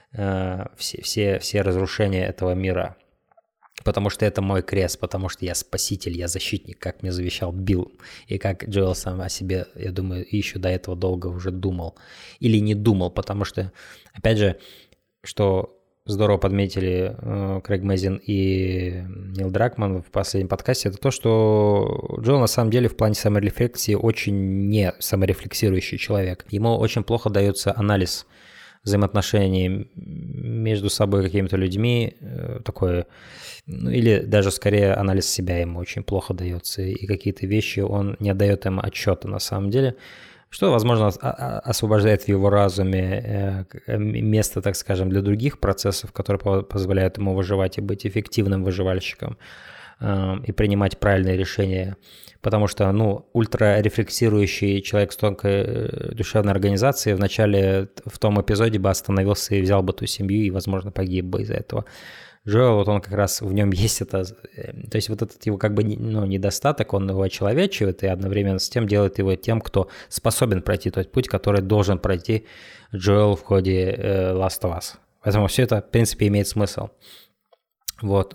разрушения этого мира. Потому что это мой крест, потому что я спаситель, я защитник, как мне завещал Билл. И как Джоэл сам о себе, я думаю, еще до этого долго уже думал. Или не думал, потому что, опять же, что здорово подметили Крейг Мэзин и Нил Дракман в последнем подкасте, это то, что Джоэл на самом деле в плане саморефлексии очень не саморефлексирующий человек. Ему очень плохо дается анализ взаимоотношений между собой какими-то людьми, такое, или даже скорее анализ себя ему очень плохо дается, и какие-то вещи он не отдает им отчета на самом деле, что, возможно, освобождает в его разуме место, так скажем, для других процессов, которые позволяют ему выживать и быть эффективным выживальщиком и принимать правильные решения. Потому что, ультрарефлексирующий человек с тонкой душевной организацией в том эпизоде бы остановился и взял бы ту семью и, возможно, погиб бы из-за этого. Джоэл, вот он как раз, в нем есть это, то есть вот этот его как бы, недостаток, он его очеловечивает и одновременно с тем делает его тем, кто способен пройти тот путь, который должен пройти Джоэл в ходе Last of Us. Поэтому все это, в принципе, имеет смысл. Вот,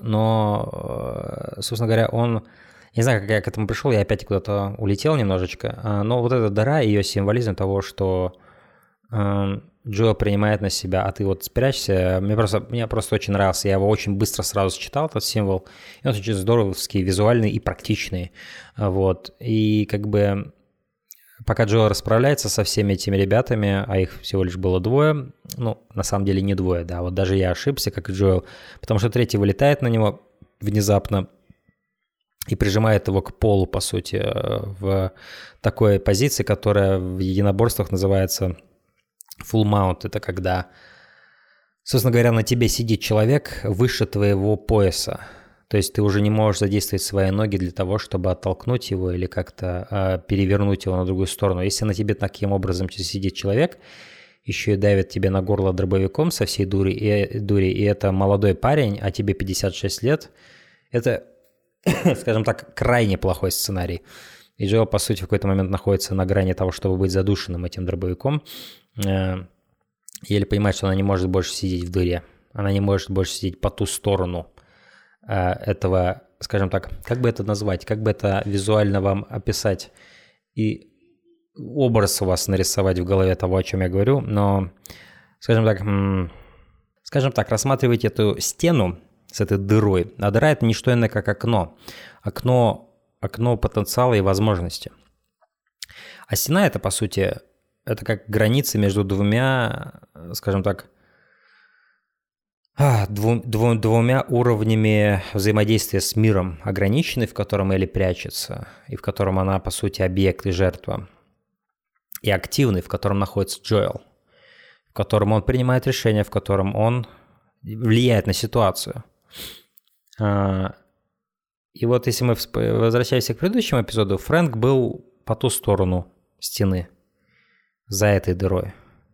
но, собственно говоря, он... Не знаю, как я к этому пришел, я опять куда-то улетел немножечко, но вот эта дыра, ее символизм того, что Джо принимает на себя, а ты вот спрячься, мне просто очень нравился, я его очень быстро сразу считал, этот символ, и он очень здоровский, визуальный и практичный, вот, и как бы пока Джо расправляется со всеми этими ребятами, а их всего лишь было двое, на самом деле не двое, да, вот даже я ошибся, как и Джоэл, потому что третий вылетает на него внезапно, и прижимает его к полу, по сути, в такой позиции, которая в единоборствах называется full mount. Это когда, собственно говоря, на тебе сидит человек выше твоего пояса. То есть ты уже не можешь задействовать свои ноги для того, чтобы оттолкнуть его или как-то перевернуть его на другую сторону. Если на тебе таким образом сидит человек, еще и давит тебе на горло дробовиком со всей дури, и это молодой парень, а тебе 56 лет, это... скажем так, крайне плохой сценарий. И Джоэл, по сути, в какой-то момент находится на грани того, чтобы быть задушенным этим дробовиком. Еле понимает, что она не может больше сидеть в дыре. Она не может больше сидеть по ту сторону этого, скажем так, как бы это назвать, как бы это визуально вам описать и образ у вас нарисовать в голове того, о чем я говорю. Но, скажем так, рассматривайте эту стену с этой дырой. А дыра — это не что иное, как окно. Окно потенциала и возможности. А стена — это, по сути, это как граница между двумя, скажем так, двумя уровнями взаимодействия с миром. Ограниченный, в котором Элли прячется, и в котором она, по сути, объект и жертва. И активный, в котором находится Джоэл, в котором он принимает решения, в котором он влияет на ситуацию. И вот если мы возвращаемся к предыдущему эпизоду, Фрэнк был по ту сторону стены, за этой дырой.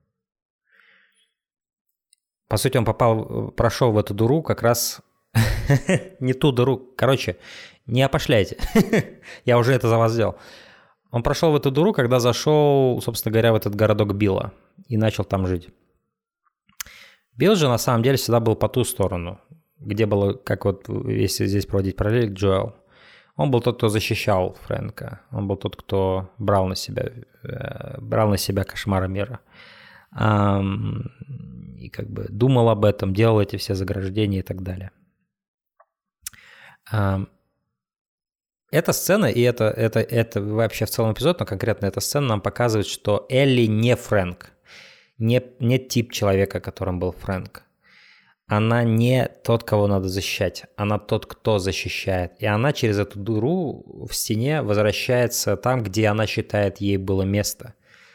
По сути, он прошел в эту дыру как раз... Не ту дыру. Короче, не опошляйте. Я уже это за вас сделал. Он прошел в эту дыру, когда зашел, собственно говоря, в этот городок Билла и начал там жить. Билл же на самом деле всегда был по ту сторону, где было, как вот, если здесь проводить параллель, Джоэл. Он был тот, кто защищал Фрэнка. Он был тот, кто брал на себя кошмары мира. И как бы думал об этом, делал эти все заграждения и так далее. Эта сцена, и это вообще в целом эпизод, но конкретно эта сцена нам показывает, что Элли не Фрэнк. Не тип человека, которым был Фрэнк. Она не тот, кого надо защищать. Она тот, кто защищает. И она через эту дыру в стене возвращается там, где она считает, ей было место.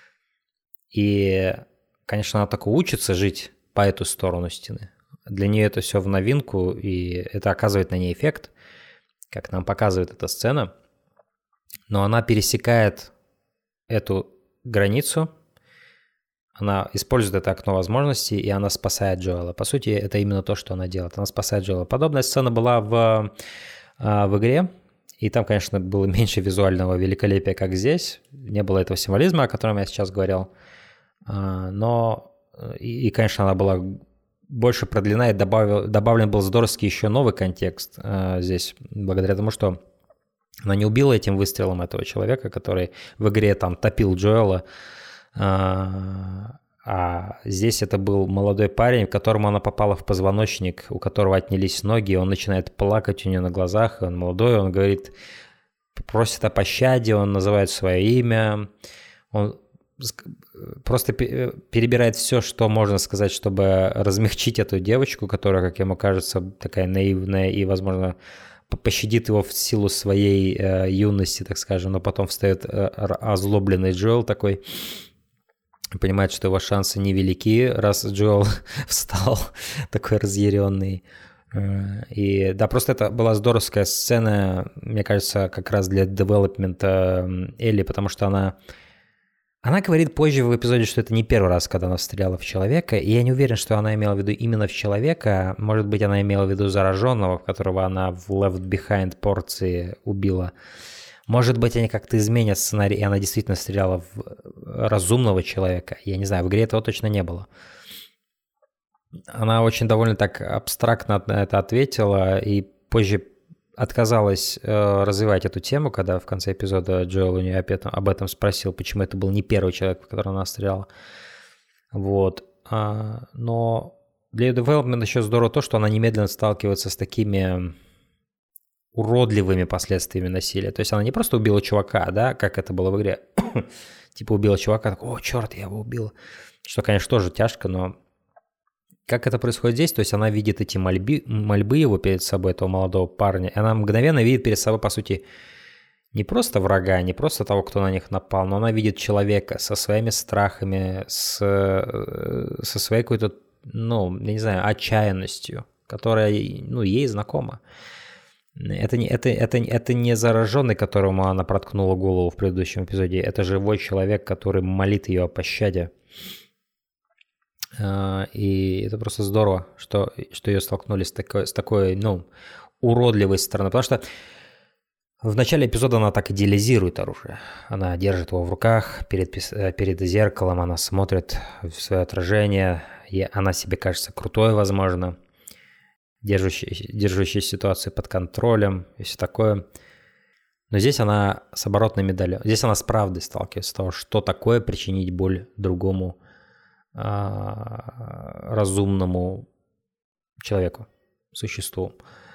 И, конечно, она так учится жить по эту сторону стены. Для нее это все в новинку, и это оказывает на ней эффект, как нам показывает эта сцена. Но она пересекает эту границу, она использует это окно возможностей, и она спасает Джоэла. По сути, это именно то, что она делает. Она спасает Джоэла. Подобная сцена была в игре, и там, конечно, было меньше визуального великолепия, как здесь. Не было этого символизма, о котором я сейчас говорил. Но, конечно, она была больше продлена, и добавлен был здоровский еще новый контекст здесь, благодаря тому, что она не убила этим выстрелом этого человека, который в игре там топил Джоэла, а здесь это был молодой парень, которому она попала в позвоночник, у которого отнялись ноги, и он начинает плакать у нее на глазах, он молодой, он говорит, просит о пощаде, он называет свое имя, он просто перебирает все, что можно сказать, чтобы размягчить эту девочку, которая, как ему кажется, такая наивная и, возможно, пощадит его в силу своей юности, так скажем, но потом встает озлобленный Джоэл такой, понимает, что его шансы невелики, раз Джоэл встал такой разъяренный. И да, просто это была здоровская сцена, мне кажется, как раз для девелопмента Элли, потому что она говорит позже в эпизоде, что это не первый раз, когда она стреляла в человека, и я не уверен, что она имела в виду именно в человека, может быть, она имела в виду зараженного, которого она в Left Behind порции убила. Может быть, они как-то изменят сценарий, и она действительно стреляла в разумного человека. Я не знаю, в игре этого точно не было. Она очень довольно так абстрактно на это ответила, и позже отказалась развивать эту тему, когда в конце эпизода Джоэл у нее об этом спросил, почему это был не первый человек, в которого она стреляла. Вот. Но для ее девелопмента еще здорово то, что она немедленно сталкивается с такими уродливыми последствиями насилия. То есть она не просто убила чувака, да, как это было в игре. Типа убила чувака, такой, о, черт, я его убила. Что, конечно, тоже тяжко, но как это происходит здесь, то есть она видит эти мольбы его перед собой, этого молодого парня, и она мгновенно видит перед собой, по сути, не просто врага, не просто того, кто на них напал, но она видит человека со своими страхами, со своей какой-то, ну, я не знаю, отчаянностью, которая, ну, ей знакома. Это не зараженный, которому она проткнула голову в предыдущем эпизоде, это живой человек, который молит ее о пощаде. И это просто здорово, что ее столкнули с такой, ну, уродливой стороны. Потому что в начале эпизода она так идеализирует оружие. Она держит его в руках перед зеркалом, она смотрит в свое отражение, и она себе кажется крутой, возможно, держащей ситуацию под контролем и все такое. Но здесь она с оборотной медалью. Здесь она с правдой сталкивается с того, что такое причинить боль другому разумному человеку, существу.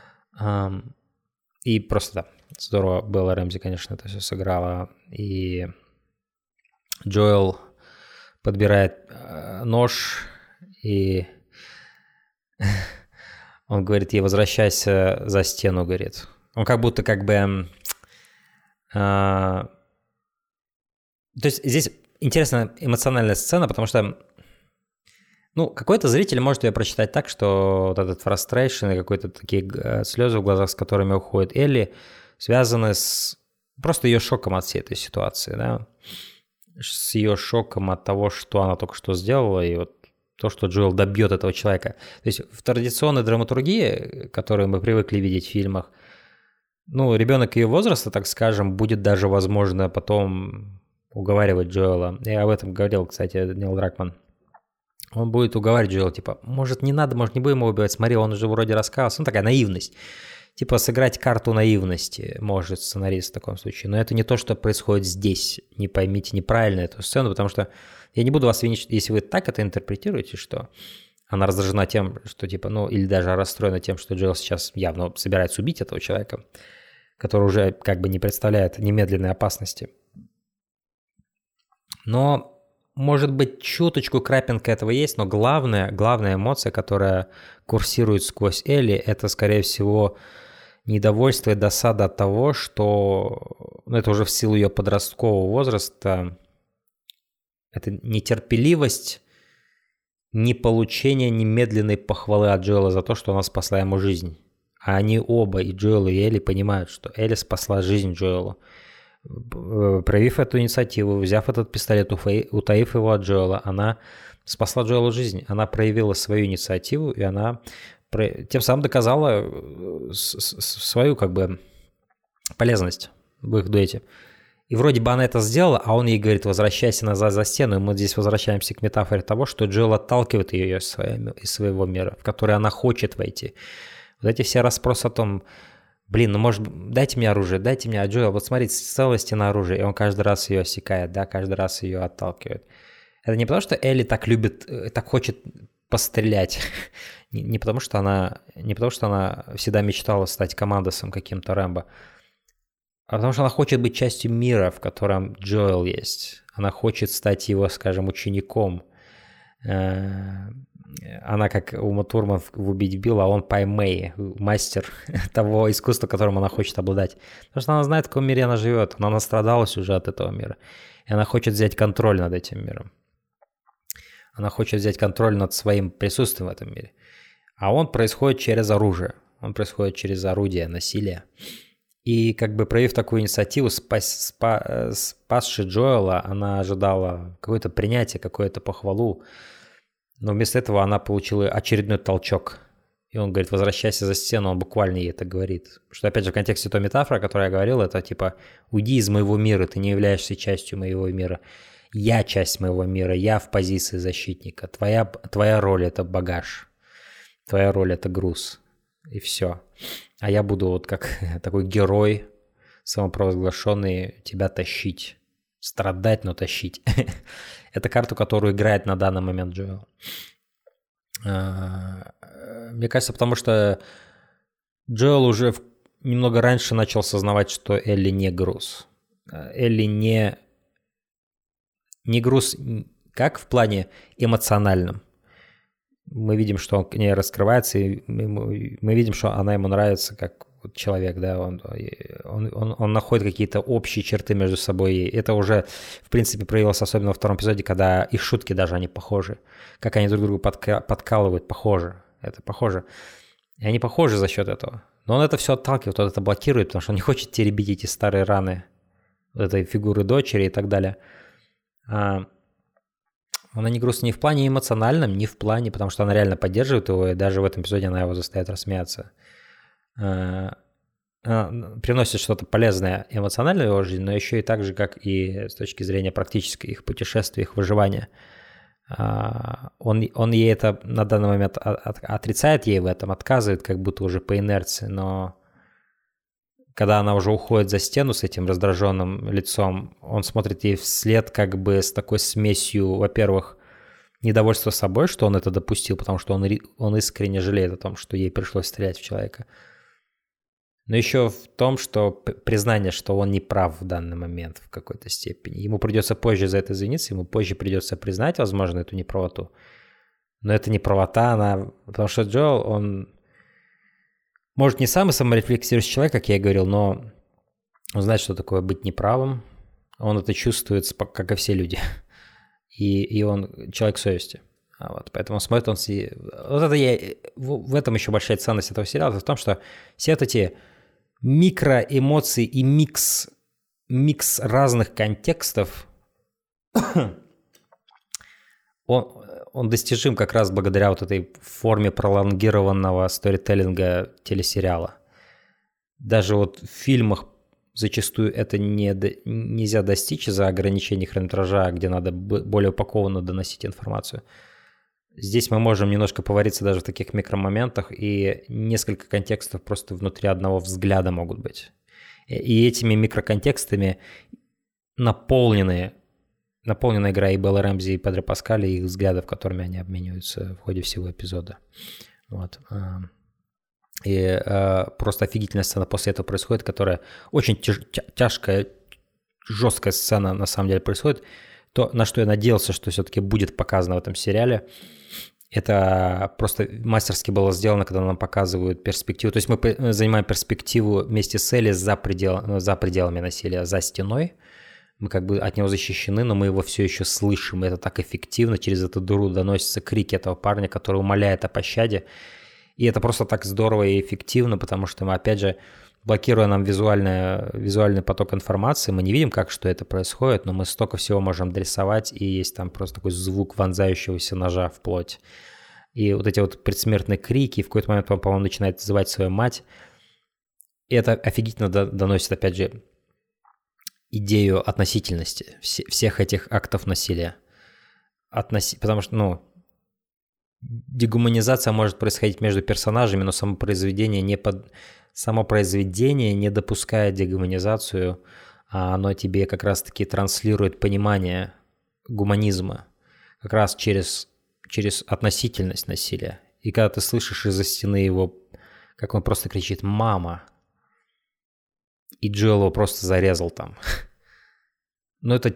И просто, да, здорово Белла Рэмзи, конечно, это все сыграла. И Джоэл подбирает нож, и он говорит ей, возвращайся за стену, говорит. Он как будто то есть здесь интересная эмоциональная сцена, потому что ну, какой-то зритель может ее прочитать так, что вот этот frustration и какие-то такие слезы в глазах, с которыми уходит Элли, связаны с просто ее шоком от всей этой ситуации, да, с ее шоком от того, что она только что сделала, и вот то, что Джоэл добьет этого человека. То есть в традиционной драматургии, которую мы привыкли видеть в фильмах, ну, ребенок ее возраста, так скажем, будет даже, возможно, потом уговаривать Джоэла. Я об этом говорил, кстати, Нил Дракман. Он будет уговаривать Джоэла, типа, может, не надо, может, не будем его убивать, смотри, он уже вроде раскаялся. Ну, такая наивность. Типа, сыграть карту наивности может сценарист в таком случае. Но это не то, что происходит здесь. Не поймите неправильно эту сцену, потому что я не буду вас винить, если вы так это интерпретируете, что она раздражена тем, что, типа, ну, или даже расстроена тем, что Джоэл сейчас явно собирается убить этого человека, который уже как бы не представляет немедленной опасности. Но может быть, чуточку крапинка этого есть, но главная эмоция, которая курсирует сквозь Элли, это, скорее всего, недовольство и досада от того, что, ну, это уже в силу ее подросткового возраста, это нетерпеливость, не получение немедленной похвалы от Джоэла за то, что она спасла ему жизнь. А они оба, и Джоэл, и Элли, понимают, что Элли спасла жизнь Джоэлу. Проявив эту инициативу, взяв этот пистолет, утаив его от Джоэла, она спасла Джоэлу жизнь. Она проявила свою инициативу, и она тем самым доказала свою как бы полезность в их дуэте. И вроде бы она это сделала, а он ей говорит: возвращайся назад за стену. И мы здесь возвращаемся к метафоре того, что Джоэл отталкивает ее из своего мира, в который она хочет войти. Вот эти все расспросы о том: блин, ну может, дайте мне оружие, дайте мне, а Джоэл, вот смотрите, целая стена оружия, и он каждый раз ее осекает, да, каждый раз ее отталкивает. Это не потому, что Элли так любит, так хочет пострелять, не потому, что она всегда мечтала стать командосом каким-то Рэмбо, а потому что она хочет быть частью мира, в котором Джоэл есть. Она хочет стать его, скажем, учеником. Она как Ума Турман в «Убить Билла», а он Пай Мэй, мастер того искусства, которым она хочет обладать. Потому что она знает, в каком мире она живет. Она настрадалась уже от этого мира. И она хочет взять контроль над этим миром. Она хочет взять контроль над своим присутствием в этом мире. А он происходит через оружие. Он происходит через орудие насилия. И как бы проявив такую инициативу, спасши Джоэла, она ожидала какое-то принятие, какую-то похвалу. Но вместо этого она получила очередной толчок. И он говорит: возвращайся за стену, он буквально ей это говорит. Что, опять же, в контексте той метафоры, о которой я говорил, это типа: уйди из моего мира, ты не являешься частью моего мира. Я часть моего мира, я в позиции защитника. Твоя роль — это багаж. Твоя роль — это груз. И все. А я буду вот как такой герой, самопровозглашенный, тебя тащить. Страдать, но тащить. Это карту, которую играет на данный момент Джоэл. Мне кажется, потому что Джоэл уже немного раньше начал осознавать, что Элли не груз. Элли не груз как в плане эмоциональном. Мы видим, что он к ней раскрывается, и мы видим, что она ему нравится как человек, да, он находит какие-то общие черты между собой, и это уже, в принципе, проявилось особенно во втором эпизоде, когда их шутки даже, они похожи, как они друг друга подкалывают, похоже, это похоже, и они похожи за счет этого, но он это все отталкивает, он это блокирует, потому что он не хочет теребить эти старые раны вот этой фигуры дочери и так далее. Она не грустна ни в плане эмоциональном, ни в плане, потому что она реально поддерживает его, и даже в этом эпизоде она его заставит рассмеяться. Приносит что-то полезное эмоционально в его жизнь, но еще и так же, как и с точки зрения практической их путешествия, их выживания. Он ей это на данный момент отрицает ей в этом, отказывает как будто уже по инерции, но когда она уже уходит за стену с этим раздраженным лицом, он смотрит ей вслед как бы с такой смесью, во-первых, недовольства собой, что он это допустил, потому что он искренне жалеет о том, что ей пришлось стрелять в человека. Но еще в том, что признание, что он не прав в данный момент в какой-то степени. Ему придется позже за это извиниться, ему позже придется признать, возможно, эту неправоту. Но это неправота, потому что Джоэл, он может не самый саморефлексирующий человек, как я и говорил, но он знает, что такое быть неправым. Он это чувствует, как и все люди. И он человек совести. Поэтому смотрит он... В этом еще большая ценность этого сериала, в том, что все вот эти микроэмоции и микс разных контекстов, он достижим как раз благодаря вот этой форме пролонгированного сторителлинга телесериала. Даже вот в фильмах зачастую это нельзя достичь из-за ограничений хронометража, где надо более упакованно доносить информацию. Здесь мы можем немножко повариться даже в таких микромоментах, и несколько контекстов просто внутри одного взгляда могут быть. И этими микроконтекстами наполнена игра и Беллы Рэмзи, и Педро Паскаля, и их взглядов, которыми они обмениваются в ходе всего эпизода. Вот. И просто офигительная сцена после этого происходит, которая очень тяжкая, жесткая сцена на самом деле происходит. То, на что я надеялся, что все-таки будет показано в этом сериале, это просто мастерски было сделано, когда нам показывают перспективу. То есть мы занимаем перспективу вместе с Элли за пределами насилия, за стеной. Мы как бы от него защищены, но мы его все еще слышим. И это так эффективно. Через эту дыру доносятся крики этого парня, который умоляет о пощаде. И это просто так здорово и эффективно, потому что мы, опять же, блокируя нам визуальный поток информации. Мы не видим, что это происходит, но мы столько всего можем дорисовать, и есть там просто такой звук вонзающегося ножа в плоть. И вот эти вот предсмертные крики, в какой-то момент он, по-моему, начинает называть свою мать. И это офигительно доносит, опять же, идею относительности всех этих актов насилия. Потому что, дегуманизация может происходить между персонажами, но само произведение не допускает дегуманизацию, а оно тебе как раз-таки транслирует понимание гуманизма как раз через относительность насилия. И когда ты слышишь из-за стены его, как он просто кричит «мама», и Джоэл его просто зарезал там. Но это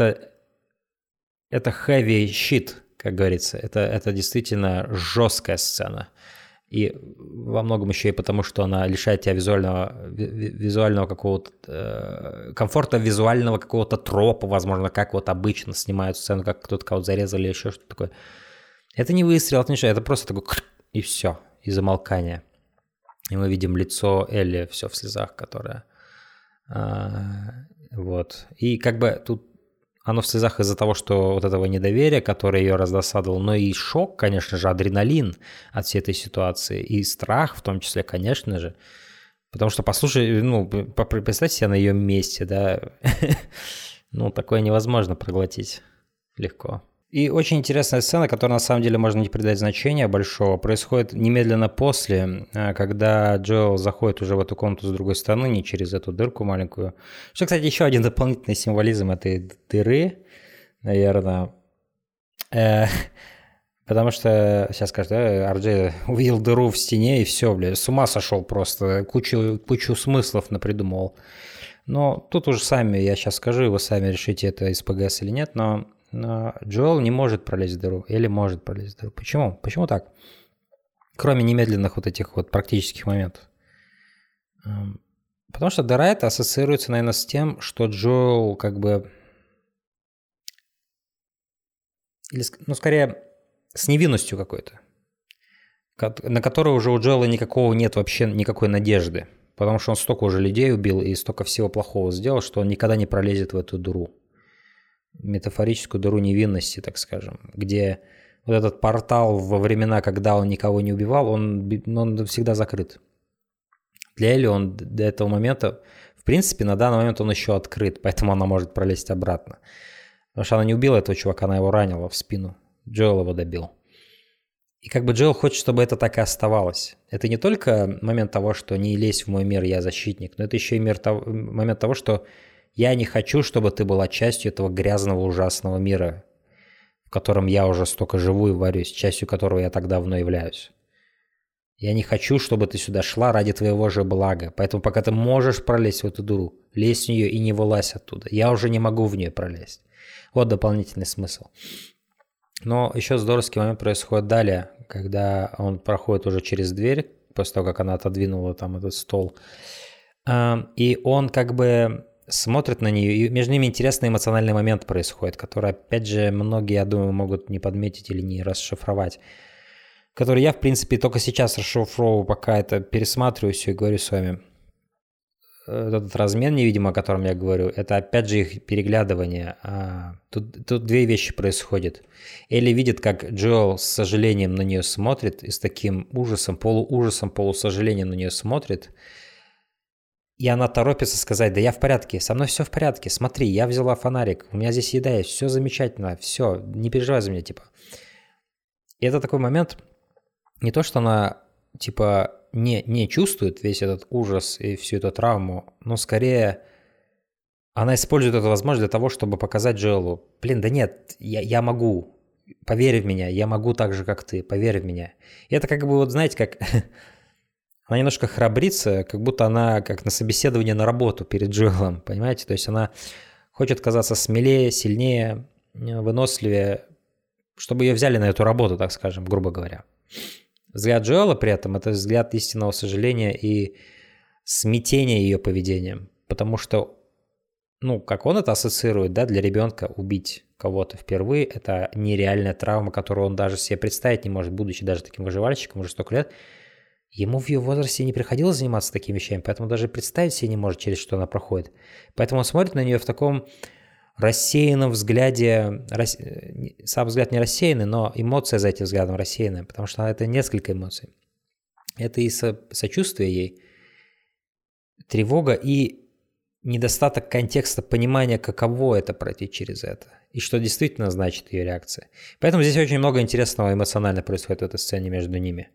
heavy shit, как говорится. Это действительно жесткая сцена. И во многом еще и потому, что она лишает тебя визуального какого-то комфорта, визуального какого-то тропа, возможно, как вот обычно снимают сцену, как кто-то кого-то зарезали или еще что-то такое. Это не выстрел, это ничего, это просто такой и все, и замолкание. И мы видим лицо Элли, все в слезах, которое... Вот. И как бы тут оно в слезах из-за того, что вот этого недоверия, которое ее раздосадовало, но и шок, конечно же, адреналин от всей этой ситуации, и страх в том числе, конечно же. Потому что, послушай, представь себе на ее месте, да, такое невозможно проглотить легко. И очень интересная сцена, которой на самом деле можно не придать значения большого, происходит немедленно после, когда Джоэл заходит уже в эту комнату с другой стороны, не через эту дырку маленькую. Что, кстати, еще один дополнительный символизм этой дыры, наверное. Потому что, сейчас скажут, Арджей увидел дыру в стене и все, с ума сошел просто, кучу смыслов напридумывал. Но тут уже сами, я сейчас скажу, вы сами решите, это из ПГС или нет, но Джоэл не может пролезть в дыру, или может пролезть в дыру. Почему? Почему так? Кроме немедленных вот этих вот практических моментов. Потому что дыра это ассоциируется, наверное, с тем, что Джоэл как бы... Или, скорее, с невинностью какой-то, на которую уже у Джоэла никакого нет вообще никакой надежды. Потому что он столько уже людей убил и столько всего плохого сделал, что он никогда не пролезет в эту дыру. Метафорическую дыру невинности, так скажем, где вот этот портал во времена, когда он никого не убивал, он всегда закрыт. Для Элли он до этого момента, в принципе, на данный момент он еще открыт, поэтому она может пролезть обратно. Потому что она не убила этого чувака, она его ранила в спину. Джоэл его добил. И как бы Джоэл хочет, чтобы это так и оставалось. Это не только момент того, что не лезь в мой мир, я защитник, но это еще и момент того, что я не хочу, чтобы ты была частью этого грязного, ужасного мира, в котором я уже столько живу и варюсь, частью которого я так давно являюсь. Я не хочу, чтобы ты сюда шла ради твоего же блага. Поэтому пока ты можешь пролезть в эту дыру, лезь в нее и не вылазь оттуда. Я уже не могу в нее пролезть. Вот дополнительный смысл. Но еще здоровский момент происходит далее, когда он проходит уже через дверь, после того, как она отодвинула там этот стол. И он как бы... смотрит на нее, и между ними интересный эмоциональный момент происходит, который, опять же, многие, я думаю, могут не подметить или не расшифровать, который я, в принципе, только сейчас расшифровываю, пока это пересматриваю все и говорю с вами. Этот размен невидимый, о котором я говорю, это, опять же, их переглядывание. Тут две вещи происходят. Элли видит, как Джоэл с сожалением на нее смотрит, и с таким ужасом, полусожалением на нее смотрит. И она торопится сказать: да я в порядке, со мной все в порядке, смотри, я взяла фонарик, у меня здесь еда есть, все замечательно, все, не переживай за меня, типа. И это такой момент, не то, что она, типа, не чувствует весь этот ужас и всю эту травму, но скорее она использует эту возможность для того, чтобы показать Джоэлу: блин, да нет, я могу, поверь в меня, я могу так же, как ты, поверь в меня. И это как бы, вот знаете, как... Она немножко храбрится, как будто она как на собеседование на работу перед Джоэлом, понимаете? То есть она хочет казаться смелее, сильнее, выносливее, чтобы ее взяли на эту работу, так скажем, грубо говоря. Взгляд Джоэла при этом – это взгляд истинного сожаления и смятения ее поведением. Потому что, как он это ассоциирует, да, для ребенка убить кого-то впервые – это нереальная травма, которую он даже себе представить не может, будучи даже таким выживальщиком уже столько лет. Ему в ее возрасте не приходилось заниматься такими вещами, поэтому даже представить себе не может, через что она проходит. Поэтому он смотрит на нее в таком рассеянном взгляде, сам взгляд не рассеянный, но эмоция за этим взглядом рассеянная, потому что это несколько эмоций. Это и сочувствие ей, тревога и недостаток контекста понимания, каково это пройти через это, и что действительно значит ее реакция. Поэтому здесь очень много интересного эмоционально происходит в этой сцене между ними,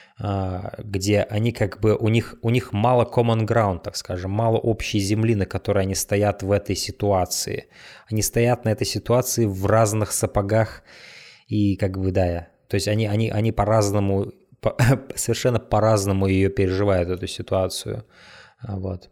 где они как бы, у них мало common ground, так скажем, мало общей земли, на которой они стоят в этой ситуации. Они стоят на этой ситуации в разных сапогах, и как бы, да, то есть они по-разному, совершенно по-разному ее переживают, эту ситуацию. Вот.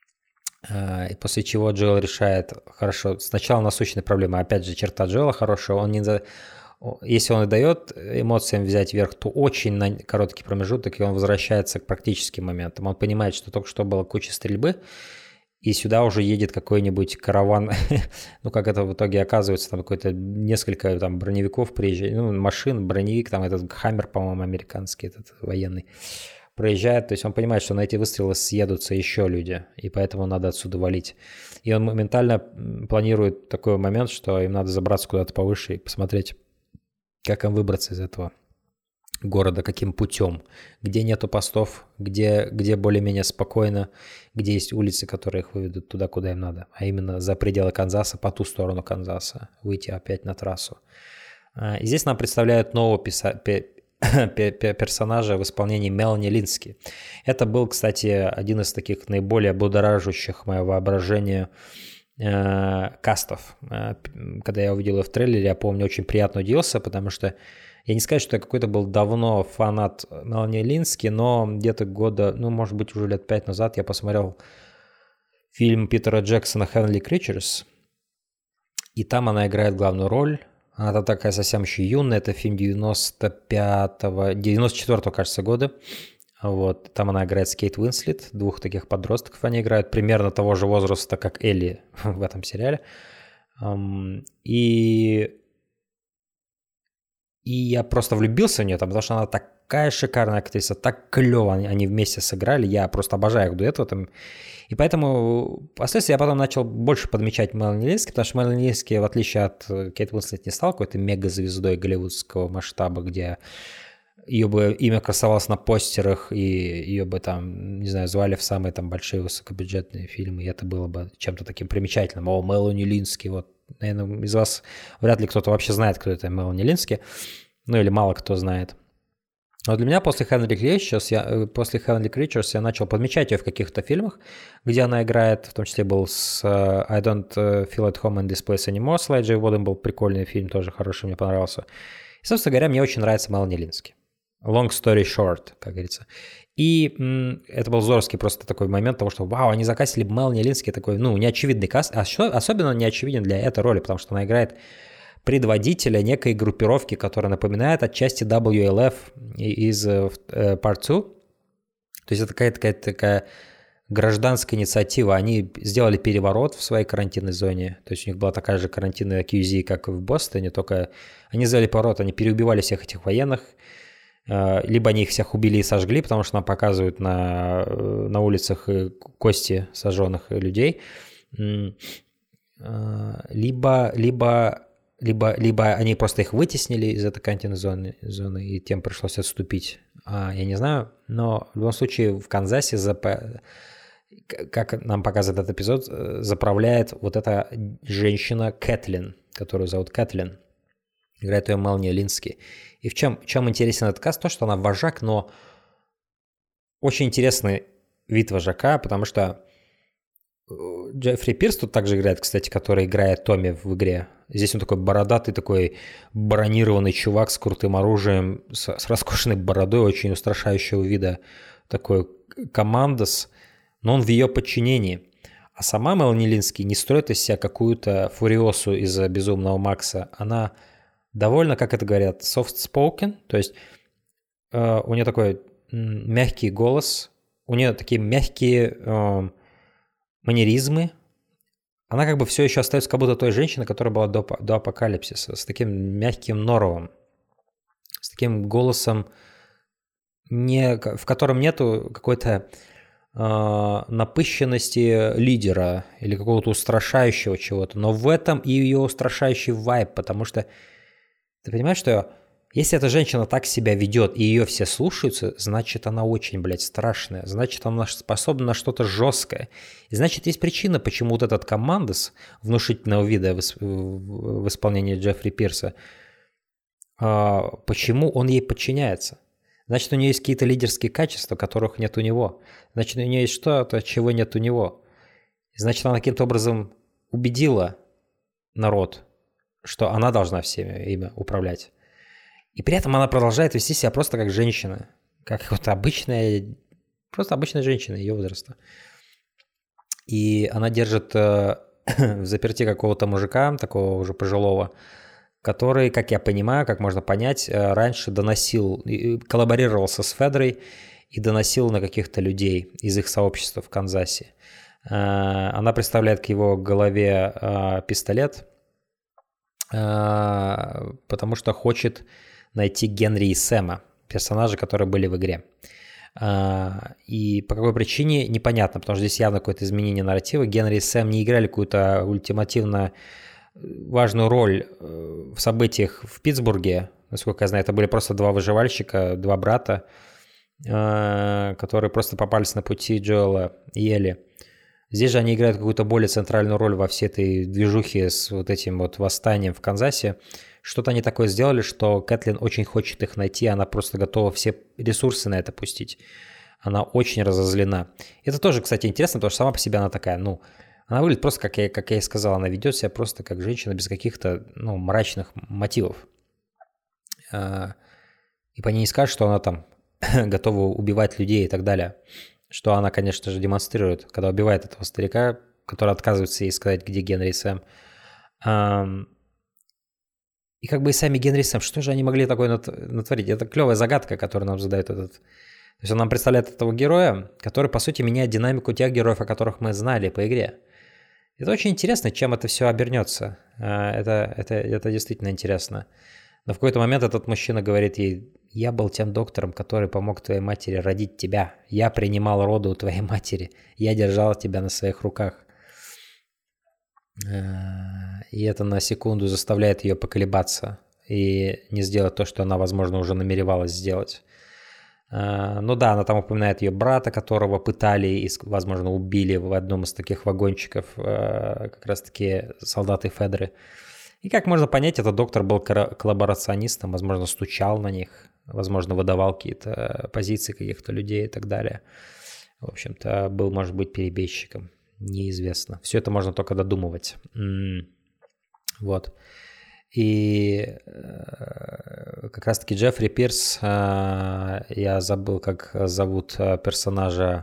И после чего Джоэл решает, хорошо, сначала насущные проблемы, опять же, черта Джоэла хорошая, если он и дает эмоциям взять верх, то очень на короткий промежуток, и он возвращается к практическим моментам. Он понимает, что только что была куча стрельбы, и сюда уже едет какой-нибудь караван, ну, как это в итоге оказывается, там какое-то несколько там броневиков приезжает, ну, машин, броневик, там этот Хаммер, по-моему, американский, этот военный, проезжает, то есть он понимает, что на эти выстрелы съедутся еще люди, и поэтому надо отсюда валить. И он моментально планирует такой момент, что им надо забраться куда-то повыше и посмотреть, как им выбраться из этого города, каким путем, где нету постов, где более-менее спокойно, где есть улицы, которые их выведут туда, куда им надо, а именно за пределы Канзаса, по ту сторону Канзаса, выйти опять на трассу. И здесь нам представляют нового персонажа в исполнении Мелани Лински. Это был, кстати, один из таких наиболее будоражащих мое воображение кастов. Когда я увидел его в трейлере, я помню, очень приятно удивился, потому что я не скажу, что я какой-то был давно фанат Мелани Лински, но где-то года, ну, может быть, уже лет 5 назад я посмотрел фильм Питера Джексона «Heavenly Creatures», и там она играет главную роль. Она такая совсем еще юная, это фильм 94-го, кажется, года. Вот. Там она играет с Кейт Уинслет, двух таких подростков они играют, примерно того же возраста, как Элли в этом сериале. И я просто влюбился в нее, потому что она такая шикарная актриса, так клево они вместе сыграли, я просто обожаю их дуэт в этом. И поэтому впоследствии я потом начал больше подмечать Мелани Лински, потому что Мелани Лински, в отличие от Кейт Уинслет, не стал какой-то мегазвездой голливудского масштаба, где ее бы имя красовалось на постерах, и ее бы там, не знаю, звали в самые там большие высокобюджетные фильмы, и это было бы чем-то таким примечательным. О, Мелани Лински, вот, наверное, из вас вряд ли кто-то вообще знает, кто это Мелани Лински, ну или мало кто знает. Но для меня после Heavenly Creatures я начал подмечать ее в каких-то фильмах, где она играет, в том числе был с I Don't Feel at Home in This Place Anymore, с Элайджей Вудом был прикольный фильм, тоже хороший, мне понравился. И, собственно говоря, мне очень нравится Мелани Лински. Long story short, как говорится. И это был здоровский просто такой момент того, что вау, они закастили Мелани Лински, такой, ну, неочевидный каст, особенно неочевиден для этой роли, потому что она играет предводителя некой группировки, которая напоминает отчасти WLF из Part 2. То есть это какая-то такая гражданская инициатива. Они сделали переворот в своей карантинной зоне. То есть у них была такая же карантинная QZ, как и в Бостоне, только они сделали поворот, они переубивали всех этих военных, либо они их всех убили и сожгли, потому что нам показывают на улицах кости сожженных людей, либо они просто их вытеснили из этой карантинной зоны, и тем пришлось отступить. Я не знаю, но в любом случае в Канзасе, как нам показывает этот эпизод, заправляет вот эта женщина Кэтлин, которую зовут Кэтлин. Играет ее Мелани Лински. И в чем интересен этот каст? То, что она вожак, но очень интересный вид вожака, потому что Джеффри Пирс тут также играет, кстати, который играет Томми в игре. Здесь он такой бородатый, такой бронированный чувак с крутым оружием, с роскошной бородой, очень устрашающего вида, такой командос, но он в ее подчинении. А сама Мелани Лински не строит из себя какую-то фуриосу из-за «Безумного Макса». Она довольно, как это говорят, soft-spoken, то есть у нее такой мягкий голос, у нее такие мягкие манеризмы. Она как бы все еще остается как будто той женщиной, которая была до апокалипсиса, с таким мягким норовом, с таким голосом в котором нету какой-то напыщенности лидера или какого-то устрашающего чего-то. Но в этом и ее устрашающий вайб, потому что ты понимаешь, что если эта женщина так себя ведет и ее все слушаются, значит, она очень, блядь, страшная. Значит, она способна на что-то жесткое. И значит, есть причина, почему вот этот командос внушительного вида в исполнении Джеффри Пирса, почему он ей подчиняется. Значит, у нее есть какие-то лидерские качества, которых нет у него. Значит, у нее есть что-то, чего нет у него. Значит, она каким-то образом убедила народ, что она должна всеми ими управлять. И при этом она продолжает вести себя просто как женщина. Как вот обычная, просто обычная женщина ее возраста. И она держит в заперти какого-то мужика, такого уже пожилого, который, как я понимаю, как можно понять, раньше доносил, коллаборировался с Федрой и доносил на каких-то людей из их сообщества в Канзасе. Она представляет к его голове пистолет, потому что хочет найти Генри и Сэма, персонажи, которые были в игре. И по какой причине, непонятно, потому что здесь явно какое-то изменение нарратива. Генри и Сэм не играли какую-то ультимативно важную роль в событиях в Питтсбурге. Насколько я знаю, это были просто два выживальщика, два брата, которые просто попались на пути Джоэла и Элли. Здесь же они играют какую-то более центральную роль во всей этой движухе с вот этим вот восстанием в Канзасе. Что-то они такое сделали, что Кэтлин очень хочет их найти, она просто готова все ресурсы на это пустить. Она очень разозлена. Это тоже, кстати, интересно, потому что сама по себе она такая, она выглядит просто, как я и сказал, она ведет себя просто как женщина без каких-то, мрачных мотивов. И по ней не скажешь, что она там готова убивать людей и так далее. Что она, конечно же, демонстрирует, когда убивает этого старика, который отказывается ей сказать, где Генри и Сэм. И как бы и сами Генри и Сэм, что же они могли такое натворить? Это клевая загадка, которую нам задает этот... То есть он нам представляет этого героя, который, по сути, меняет динамику тех героев, о которых мы знали по игре. Это очень интересно, чем это все обернется. Это действительно интересно. Но в какой-то момент этот мужчина говорит ей: «Я был тем доктором, который помог твоей матери родить тебя. Я принимал роды у твоей матери. Я держал тебя на своих руках». И это на секунду заставляет ее поколебаться и не сделать то, что она, возможно, уже намеревалась сделать. Ну да, она там упоминает ее брата, которого пытали и, возможно, убили в одном из таких вагончиков, как раз-таки солдаты Федры. И как можно понять, этот доктор был коллаборационистом, возможно, стучал на них, возможно, выдавал какие-то позиции каких-то людей и так далее. В общем-то, был, может быть, перебежчиком. Неизвестно. Все это можно только додумывать. Вот. И как раз-таки Джеффри Пирс, я забыл, как зовут персонажа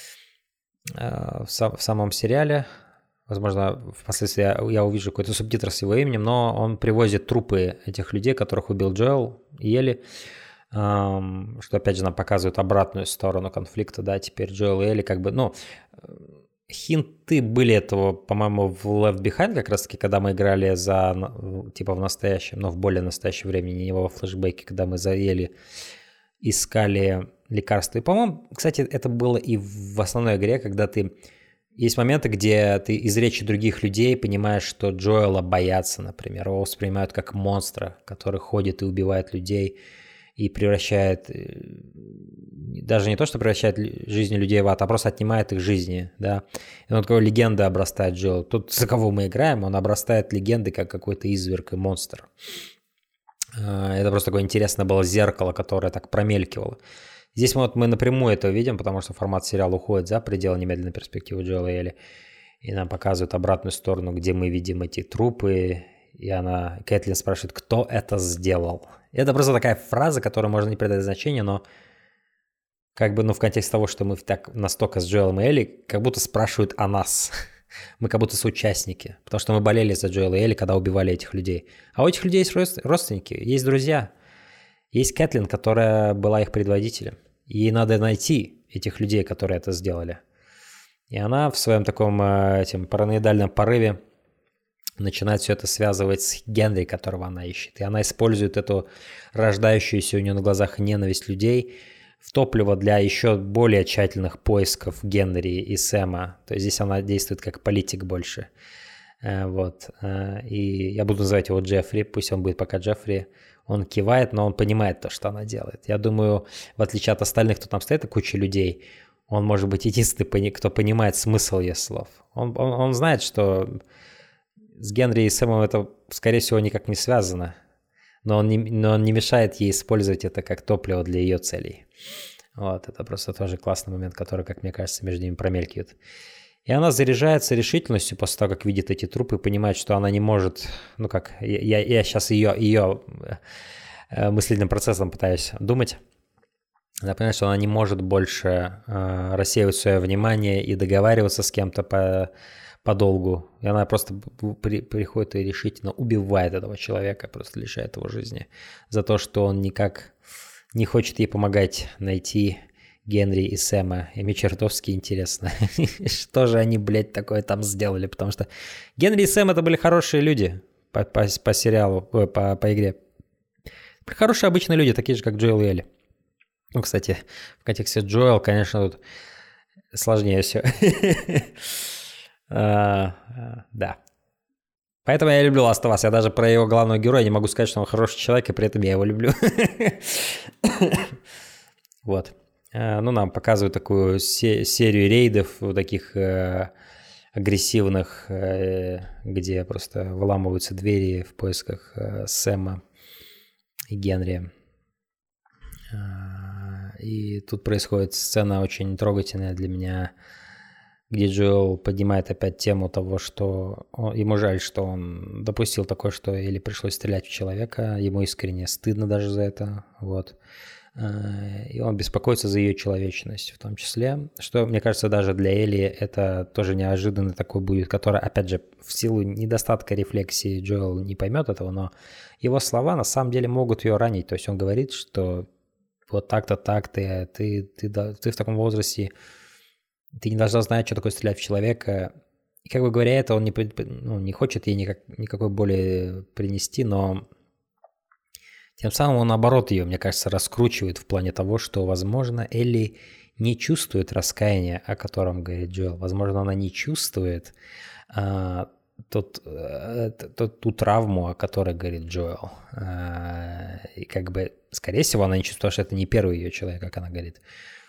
в самом сериале. Возможно, впоследствии я увижу какой-то субтитр с его именем, но он привозит трупы этих людей, которых убил Джоэл и Элли, что, опять же, нам показывает обратную сторону конфликта, да, теперь Джоэл и Элли как бы, хинты были этого, по-моему, в Left Behind как раз-таки, когда мы играли в настоящем, но в более настоящем времени, не во флешбеке, когда мы за Элли искали лекарства. И, по-моему, кстати, это было и в основной игре, когда есть моменты, где ты из речи других людей понимаешь, что Джоэла боятся, например, его воспринимают как монстра, который ходит и убивает людей и превращает, даже не то, что превращает жизни людей в ад, а просто отнимает их жизни, да. И он такой легендой обрастает Джоэл. Тут, за кого мы играем, он обрастает легендой, как какой-то изверг и монстр. Это просто такое интересное было зеркало, которое так промелькивало. Здесь мы напрямую это видим, потому что формат сериала уходит за пределы немедленной перспективы Джоэла и Элли. И нам показывают обратную сторону, где мы видим эти трупы. И Кэтлин спрашивает, кто это сделал. И это просто такая фраза, которой можно не придать значения, но как бы, в контексте того, что мы так настолько с Джоэлом и Элли, как будто спрашивают о нас. Мы как будто соучастники, потому что мы болели за Джоэла и Элли, когда убивали этих людей. А у этих людей есть родственники, есть друзья. Есть Кэтлин, которая была их предводителем. Ей надо найти этих людей, которые это сделали. И она в своем таком параноидальном порыве начинает все это связывать с Генри, которого она ищет. И она использует эту рождающуюся у нее на глазах ненависть людей в топливо для еще более тщательных поисков Генри и Сэма. То есть здесь она действует как политик больше. Вот. И я буду называть его Джеффри, пусть он будет пока Джеффри. Он кивает, но он понимает то, что она делает. Я думаю, в отличие от остальных, кто там стоит, куча людей, он может быть единственный, кто понимает смысл ее слов. Он знает, что с Генри и Сэмом это, скорее всего, никак не связано. Но он не мешает ей использовать это как топливо для ее целей. Вот, это просто тоже классный момент, который, как мне кажется, между ними промелькивает. И она заряжается решительностью после того, как видит эти трупы и понимает, что она не может... Ну как, я сейчас ее мыслительным процессом пытаюсь думать. Она понимает, что она не может больше рассеивать свое внимание и договариваться с кем-то подолгу. И она просто приходит и решительно убивает этого человека, просто лишает его жизни. За то, что он никак не хочет ей помогать найти Генри и Сэма. И мне чертовски интересно, что же они, блядь, такое там сделали. Потому что Генри и Сэм — это были хорошие люди по сериалу, по игре. Хорошие обычные люди, такие же, как Джоэл и Элли. Ну, кстати, в контексте Джоэл, конечно, тут сложнее все. Да. Поэтому я люблю Last of Us. Я даже про его главного героя не могу сказать, что он хороший человек, и при этом я его люблю. Вот. Ну, нам показывают такую серию рейдов, вот таких агрессивных, где просто выламываются двери в поисках Сэма и Генри. И тут происходит сцена очень трогательная для меня, где Джоэл поднимает опять тему того, что ему жаль, что он допустил такое, что Элли пришлось стрелять в человека, ему искренне стыдно даже за это, вот. И он беспокоится за ее человечность в том числе, что, мне кажется, даже для Элли это тоже неожиданно такой будет, который, опять же, в силу недостатка рефлексии Джоэл не поймет этого, но его слова на самом деле могут ее ранить, то есть он говорит, что вот так-то так, ты в таком возрасте, ты не должна знать, что такое стрелять в человека. И, как бы говоря это, он не хочет ей никакой боли принести, но тем самым он, наоборот, ее, мне кажется, раскручивает в плане того, что, возможно, Элли не чувствует раскаяния, о котором говорит Джоэл. Возможно, она не чувствует ту травму, о которой говорит Джоэл. И как бы, скорее всего, она не чувствует, что это не первый ее человек, как она говорит.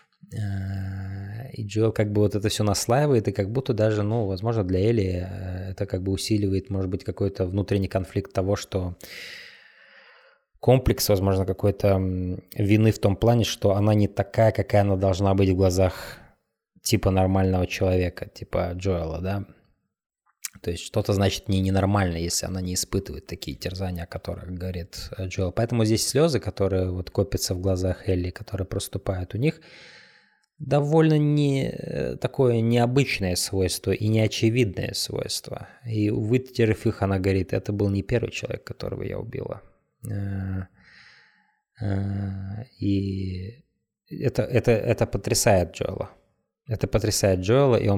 И Джоэл как бы вот это все наслаивает, и как будто даже, ну, возможно, для Элли это как бы усиливает, может быть, какой-то внутренний конфликт того, что комплекс, возможно, какой-то вины в том плане, что она не такая, какая она должна быть в глазах типа нормального человека, типа Джоэла, да. То есть что-то значит ненормально, если она не испытывает такие терзания, о которых говорит Джоэл. Поэтому здесь слезы, которые вот копятся в глазах Элли, которые проступают у них, довольно такое необычное свойство и неочевидное свойство. И вытерев их, она говорит, это был не первый человек, которого я убила. И это потрясает Джоэла. Это потрясает Джоэла, и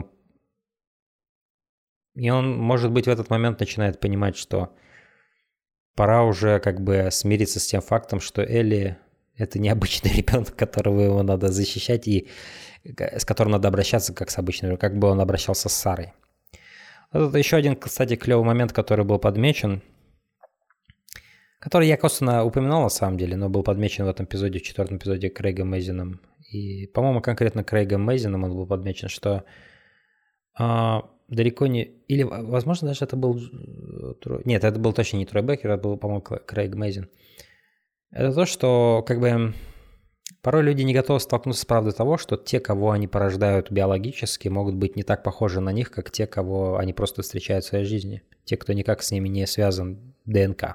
он, может быть, в этот момент начинает понимать, что пора уже как бы смириться с тем фактом, что Элли — это необычный ребенок, которого его надо защищать и с которым надо обращаться как с обычным, как бы он обращался с Сарой. Вот это еще один, кстати, клевый момент, который был подмечен, который я косвенно упоминал на самом деле, но был подмечен в этом эпизоде, в 4-м эпизоде Крейгом Мэйзином. И, по-моему, конкретно Крейгом Мэйзином он был подмечен, что далеко не... Или, возможно, даже это был... Нет, это был точно не Трой Беккер, это был, по-моему, Крейг Мэйзин. Это то, что как бы порой люди не готовы столкнуться с правдой того, что те, кого они порождают биологически, могут быть не так похожи на них, как те, кого они просто встречают в своей жизни. Те, кто никак с ними не связан ДНК.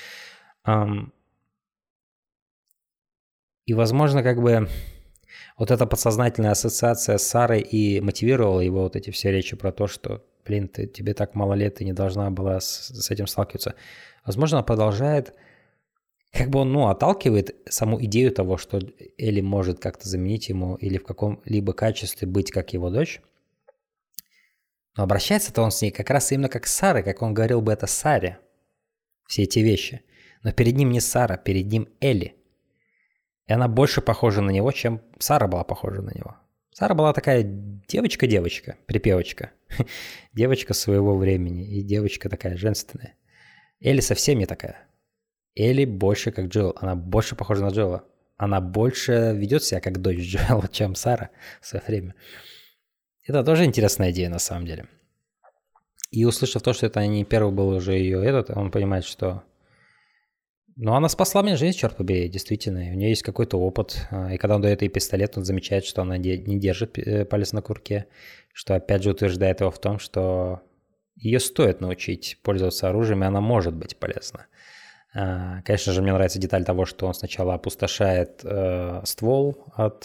И, возможно, как бы вот эта подсознательная ассоциация с Сарой и мотивировала его вот эти все речи про то, что, блин, тебе так мало лет, ты не должна была с этим сталкиваться. Возможно, она продолжает, как бы он, отталкивает саму идею того, что Элли может как-то заменить ему или в каком-либо качестве быть как его дочь. Но обращается-то он с ней как раз именно как с Сарой, как он говорил бы это Саре, все эти вещи. Но перед ним не Сара, перед ним Элли. И она больше похожа на него, чем Сара была похожа на него. Сара была такая девочка-девочка, припевочка. Девочка своего времени и девочка такая женственная. Элли совсем не такая. Элли больше как Джоэл. Она больше похожа на Джоэла. Она больше ведет себя как дочь Джоэла, чем Сара в свое время. Это тоже интересная идея на самом деле. И услышав то, что это не первый был уже ее он понимает, что... Ну, она спасла мне жизнь, черт побери, действительно. У нее есть какой-то опыт. И когда он дает ей пистолет, он замечает, что она не держит палец на курке. Что опять же утверждает его в том, что ее стоит научить пользоваться оружием, и она может быть полезна. Конечно же, мне нравится деталь того, что он сначала опустошает ствол от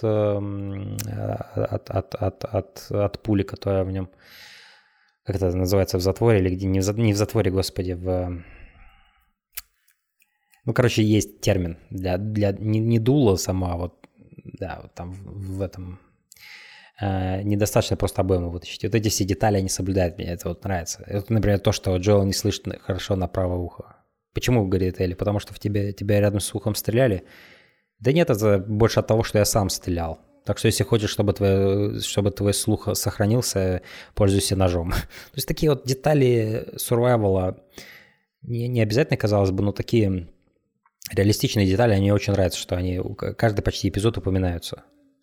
пули, которая в нем... Как это называется, в затворе или где? Не в затворе, господи, в... Ну, короче, есть термин для не дула сама, а вот, да, вот там в этом недостаточно просто обойму вытащить. Вот эти все детали, они соблюдают, мне это вот нравится. Это, например, то, что Джоэл не слышит хорошо на правое ухо. Почему, говорит Элли? Потому что тебя рядом с ухом стреляли? Да нет, это больше от того, что я сам стрелял. Так что если хочешь, чтобы твой слух сохранился, пользуйся ножом. То есть такие вот детали сурвайвала, не обязательно, казалось бы, но такие... Реалистичные детали, они очень нравятся, что они каждый почти эпизод упоминаются.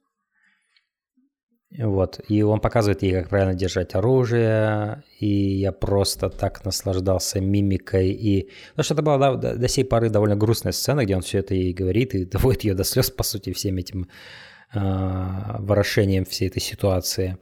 Вот. И он показывает ей, как правильно держать оружие. И я просто так наслаждался мимикой. Потому что это была до сей поры довольно грустная сцена, где он все это ей говорит и доводит ее до слез, по сути, всем этим ворошением всей этой ситуации.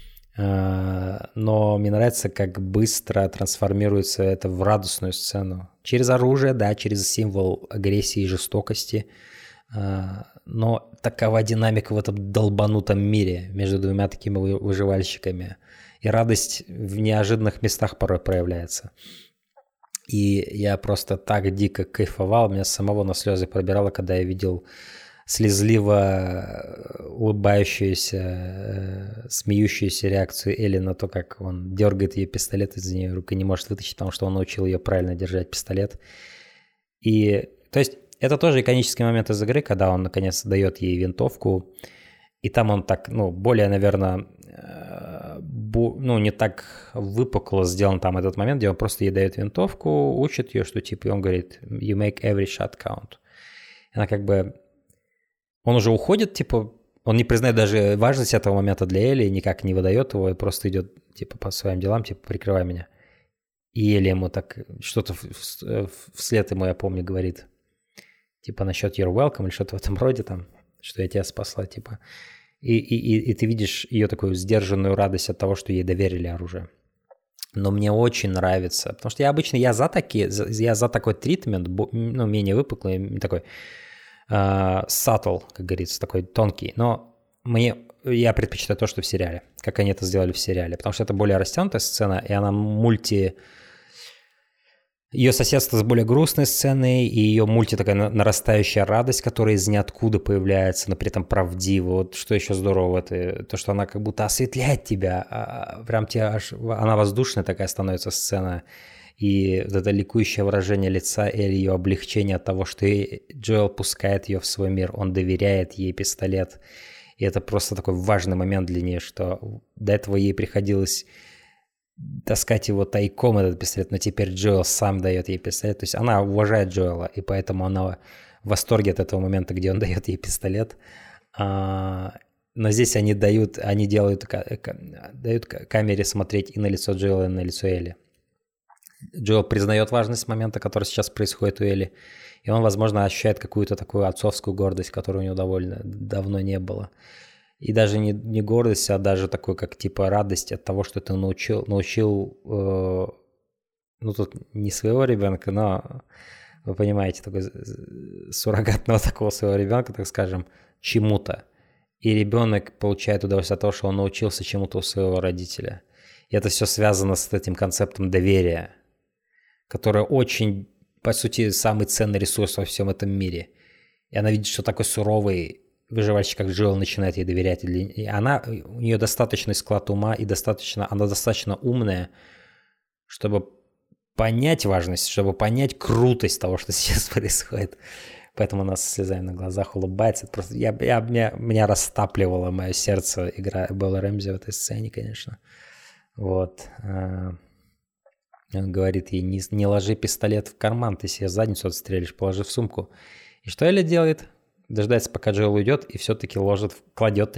Но мне нравится, как быстро трансформируется это в радостную сцену. Через оружие, да, через символ агрессии и жестокости. Но такова динамика в этом долбанутом мире между двумя такими выживальщиками. И радость в неожиданных местах порой проявляется. И я просто так дико кайфовал, меня самого на слезы пробирало, когда я видел слезливо улыбающуюся, смеющуюся реакцию Элли на то, как он дергает ее пистолет из нее рук и не может вытащить, потому что он научил ее правильно держать пистолет. И, то есть, это тоже иконический момент из игры, когда он, наконец, дает ей винтовку, и там он так, более, наверное, не так выпукло сделан там этот момент, где он просто ей дает винтовку, учит ее, что, типа, и он говорит, you make every shot count. Она как бы... Он уже уходит, типа, он не признает даже важность этого момента для Элли, никак не выдает его и просто идет, типа, по своим делам, типа, прикрывай меня. И Элли ему так что-то вслед ему, я помню, говорит, типа, насчет you're welcome или что-то в этом роде, там, что я тебя спасла, типа. И ты видишь ее такую сдержанную радость от того, что ей доверили оружие. Но мне очень нравится, потому что я за такой тритмент, менее выпуклый, такой... subtle, как говорится, такой тонкий, но я предпочитаю то, что в сериале, как они это сделали в сериале, потому что это более растянутая сцена, и она ее соседство с более грустной сценой, и ее такая нарастающая радость, которая из ниоткуда появляется, но при этом правдива. Вот что еще здорово, это то, что она как будто осветляет тебя, прям она воздушная такая становится сцена. И вот это ликующее выражение лица Элли, ее облегчение от того, что Джоэл пускает ее в свой мир, он доверяет ей пистолет. И это просто такой важный момент для нее, что до этого ей приходилось таскать его тайком, этот пистолет, но теперь Джоэл сам дает ей пистолет. То есть она уважает Джоэла, и поэтому она в восторге от этого момента, где он дает ей пистолет. Но здесь они дают камере смотреть и на лицо Джоэла, и на лицо Элли. Джоэл признает важность момента, который сейчас происходит у Элли, и он, возможно, ощущает какую-то такую отцовскую гордость, которой у него довольно давно не было. И даже не гордость, а даже такой, как типа радость от того, что ты научил тут не своего ребенка, но, вы понимаете, такой суррогатного такого своего ребенка, так скажем, чему-то. И ребенок получает удовольствие от того, что он научился чему-то у своего родителя. И это все связано с этим концептом доверия, которое очень, по сути, самый ценный ресурс во всем этом мире. И она видит, что такой суровый выживальщик, как Джоэл, начинает ей доверять. И у нее достаточный склад ума, и она достаточно умная, чтобы понять важность, чтобы понять крутость того, что сейчас происходит. поэтому она со слезами на глазах улыбается. Это просто меня растапливало мое сердце игра Белла Рэмзи в этой сцене, конечно. Вот. Он говорит ей, не ложи пистолет в карман, ты себе задницу отстрелишь, положи в сумку. И что Элли делает? Дождается, пока Джоэл уйдет, и все-таки кладет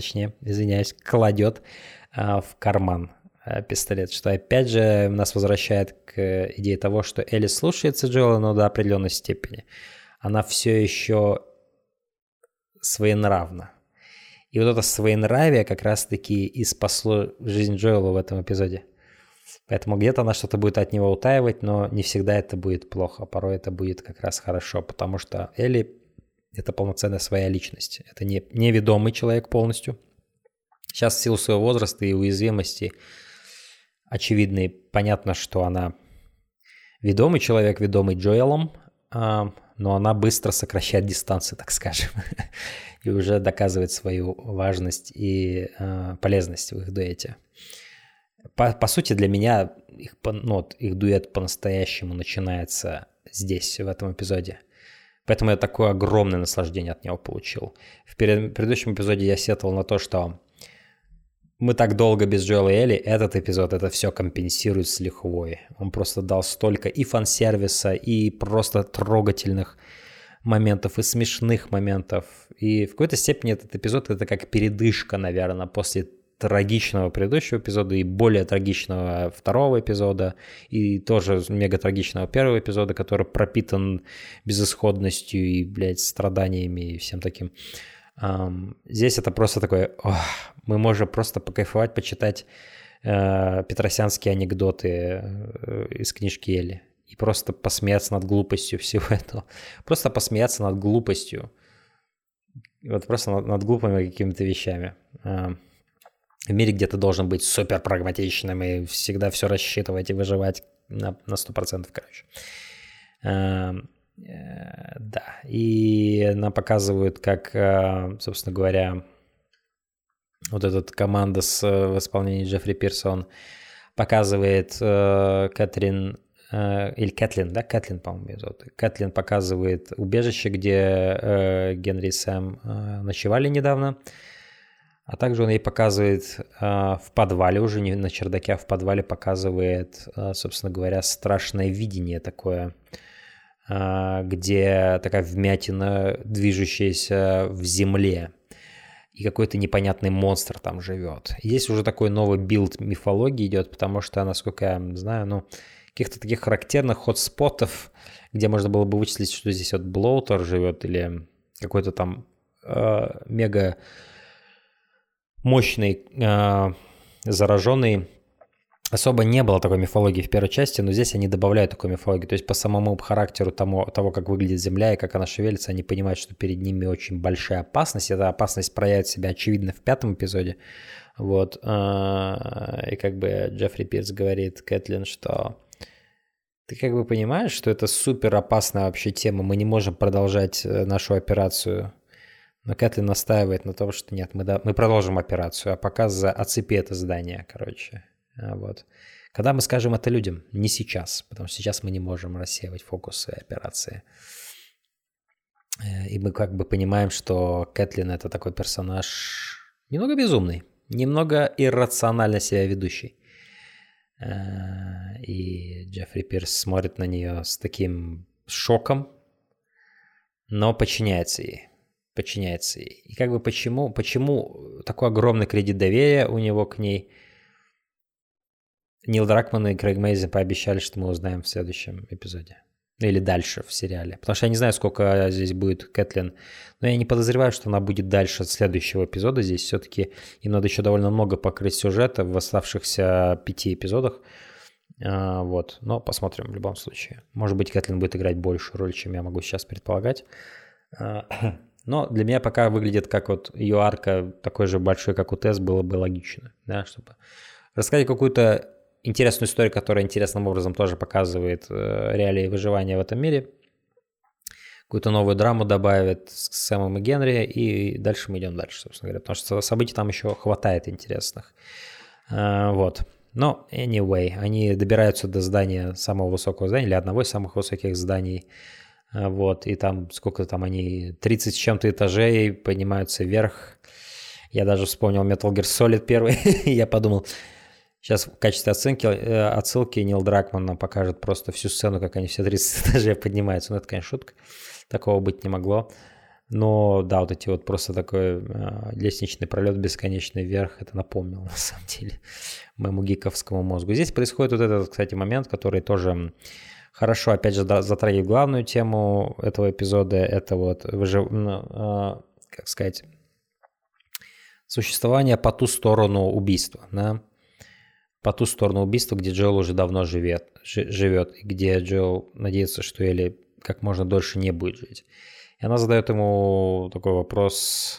в карман пистолет, что опять же нас возвращает к идее того, что Элли слушается Джоэла, но до определенной степени. Она все еще своенравна. И вот это своенравие как раз-таки и спасло жизнь Джоэла в этом эпизоде. Поэтому где-то она что-то будет от него утаивать, но не всегда это будет плохо. Порой это будет как раз хорошо, потому что Элли — это полноценная своя личность. Это не ведомый человек полностью. Сейчас в силу своего возраста и уязвимости очевидно и понятно, что она ведомый человек, ведомый Джоэлом, но она быстро сокращает дистанцию, так скажем, и уже доказывает свою важность и полезность в их дуэте. По сути, для меня их дуэт по-настоящему начинается здесь, в этом эпизоде. Поэтому я такое огромное наслаждение от него получил. В предыдущем эпизоде я сетовал на то, что мы так долго без Джоэла и Элли, этот эпизод это все компенсирует с лихвой. Он просто дал столько и фан-сервиса, и просто трогательных моментов, и смешных моментов. И в какой-то степени этот эпизод это как передышка, наверное, после трагичного предыдущего эпизода и более трагичного второго эпизода, и тоже мега трагичного первого эпизода, который пропитан безысходностью и, страданиями и всем таким. Здесь это просто такое, мы можем просто покайфовать, почитать петросянские анекдоты из книжки Элли и просто посмеяться над глупостью всего этого. Просто посмеяться над глупостью. Вот просто над глупыми какими-то вещами. В мире, где ты должен быть супер прагматичным и всегда все рассчитывать и выживать на 100%, короче. Да, и нам показывают, как, собственно говоря, вот эта команда в исполнении Джеффри Пирса показывает Кэтлин, или Кэтлин, да, Кэтлин, по-моему, ее зовут. Кэтлин показывает убежище, где Генри и Сэм ночевали недавно. А также он ей показывает в подвале, уже не на чердаке, а в подвале показывает, собственно говоря, страшное видение такое, где такая вмятина, движущаяся в земле, и какой-то непонятный монстр там живет. И здесь уже такой новый билд мифологии идет, потому что, насколько я знаю, каких-то таких характерных хотспотов, где можно было бы вычислить, что здесь вот Блоутер живет или какой-то там мега мощный зараженный. Особо не было такой мифологии в первой части, но здесь они добавляют такую мифологию. То есть по самому характеру того, как выглядит Земля и как она шевелится, они понимают, что перед ними очень большая опасность. Эта опасность проявит себя, очевидно, в пятом эпизоде. Вот. И как бы Джеффри Пирс говорит Кэтлин, что ты как бы понимаешь, что это супер опасная вообще тема, мы не можем продолжать нашу операцию. Но Кэтлин настаивает на том, что нет, мы продолжим операцию, а пока оцепи это здание, короче. Вот. Когда мы скажем это людям? Не сейчас, потому что сейчас мы не можем рассеивать фокусы операции. И мы как бы понимаем, что Кэтлин — это такой персонаж немного безумный, немного иррационально себя ведущий. И Джеффри Пирс смотрит на нее с таким шоком, но подчиняется ей. И как бы почему такой огромный кредит доверия у него к ней? Нил Дракман и Крейг Мейзин пообещали, что мы узнаем в следующем эпизоде. Или дальше в сериале. Потому что я не знаю, сколько здесь будет Кэтлин. Но я не подозреваю, что она будет дальше следующего эпизода. Здесь все-таки им надо еще довольно много покрыть сюжета в оставшихся 5 эпизодах. Вот. Но посмотрим в любом случае. Может быть, Кэтлин будет играть большую роль, чем я могу сейчас предполагать. Но для меня пока выглядит как вот ее арка такой же большой, как у Тесс, было бы логично. Да, чтобы рассказать какую-то интересную историю, которая интересным образом тоже показывает реалии выживания в этом мире. Какую-то новую драму добавит с Сэмом и Генри, и дальше мы идем дальше, собственно говоря. Потому что событий там еще хватает интересных. Вот. Но, anyway, они добираются до здания, самого высокого здания, или одного из самых высоких зданий Вот, и там сколько там они, 30 с чем-то этажей поднимаются вверх. Я даже вспомнил Metal Gear Solid 1. Я подумал, сейчас в качестве отсылки Нил Дракман нам покажет просто всю сцену, как они все 30 этажей поднимаются. Ну, это, конечно, шутка. Такого быть не могло. Но да, вот эти вот просто такой лестничный пролет бесконечный вверх, это напомнило на самом деле моему гиковскому мозгу. Здесь происходит вот этот, кстати, момент, который тоже хорошо, опять же, затрагивает главную тему этого эпизода. Это вот, как сказать, существование по ту сторону убийства, да? По ту сторону убийства, где Джоэл уже давно живет, и где Джоэл надеется, что Элли как можно дольше не будет жить. И она задает ему такой вопрос,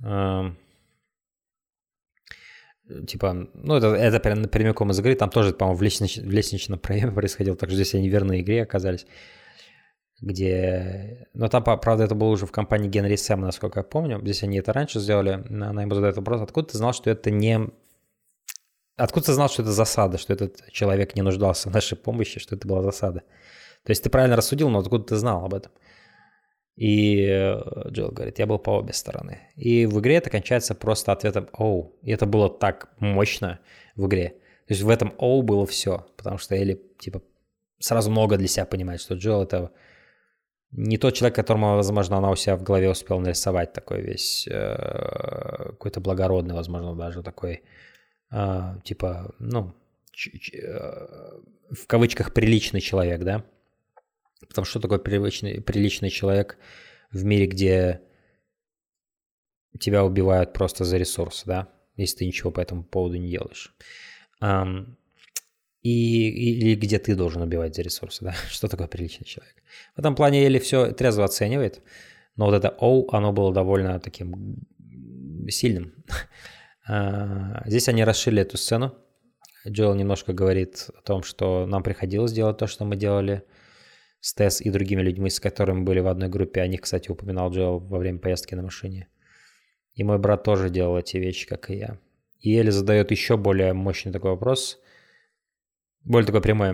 типа, ну, это прямиком из игры, там тоже, по-моему, в лестничном проеме происходило, так что здесь они в верной игре оказались, где... Но там, правда, это было уже в компании Генри Сэма, насколько я помню, здесь они это раньше сделали, она ему задает вопрос, откуда ты знал, что это не... Откуда ты знал, что это засада, что этот человек не нуждался в нашей помощи, что это была засада? То есть ты правильно рассудил, но откуда ты знал об этом? И Джоэл говорит, я был по обе стороны. И в игре это кончается просто ответом «Оу». И это было так мощно в игре. То есть в этом «Оу» было все. Потому что Элли, типа, сразу много для себя понимает, что Джоэл — это не тот человек, которому, возможно, она у себя в голове успела нарисовать. Такой весь какой-то благородный, возможно, даже такой, типа, ну, в кавычках «приличный человек», да? Потому что такой приличный человек в мире, где тебя убивают просто за ресурсы, да, если ты ничего по этому поводу не делаешь. Или где ты должен убивать за ресурсы, да, что такое приличный человек. В этом плане Элли все трезво оценивает, но вот это «Оу», оно было довольно таким сильным. Здесь они расширили эту сцену. Джоэл немножко говорит о том, что нам приходилось делать то, что мы делали с Тесс и другими людьми, с которыми были в одной группе. О них, кстати, упоминал Джоэл во время поездки на машине. И мой брат тоже делал эти вещи, как и я. И Элли задает еще более мощный такой вопрос, более такой прямой.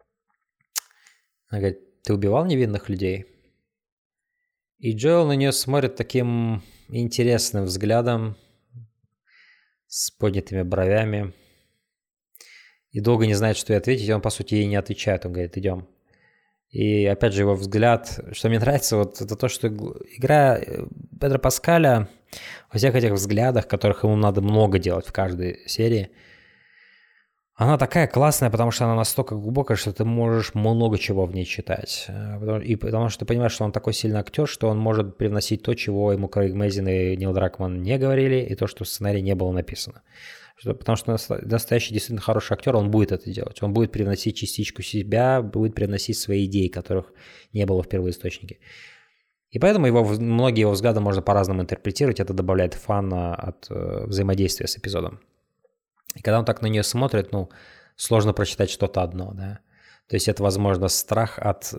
Она говорит, ты убивал невинных людей? И Джоэл на нее смотрит таким интересным взглядом, с поднятыми бровями, и долго не знает, что ей ответить. И он, по сути, ей не отвечает. Он говорит, идем. И опять же его взгляд, что мне нравится, вот это то, что игра Педро Паскаля во всех этих взглядах, которых ему надо много делать в каждой серии, она такая классная, потому что она настолько глубокая, что ты можешь много чего в ней читать. И потому что ты понимаешь, что он такой сильный актер, что он может привносить то, чего ему Крейг Мэзин и Нил Дракман не говорили, и то, что в сценарии не было написано. Потому что настоящий действительно хороший актер, он будет это делать. Он будет привносить частичку себя, будет привносить свои идеи, которых не было в первоисточнике. И поэтому многие его взгляды можно по-разному интерпретировать. Это добавляет фана от взаимодействия с эпизодом. И когда он так на нее смотрит, ну, сложно прочитать что-то одно, да. То есть это, возможно, страх от...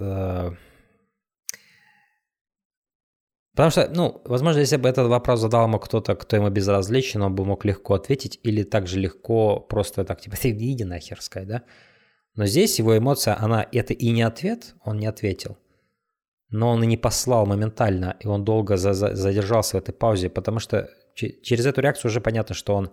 Потому что, ну, возможно, если бы этот вопрос задал ему кто-то, кто ему безразличен, он бы мог легко ответить или так же легко просто так, типа, ты иди нахер, сказать, да? Но здесь его эмоция, это и не ответ, он не ответил, но он и не послал моментально, и он долго задержался в этой паузе, потому что через эту реакцию уже понятно, что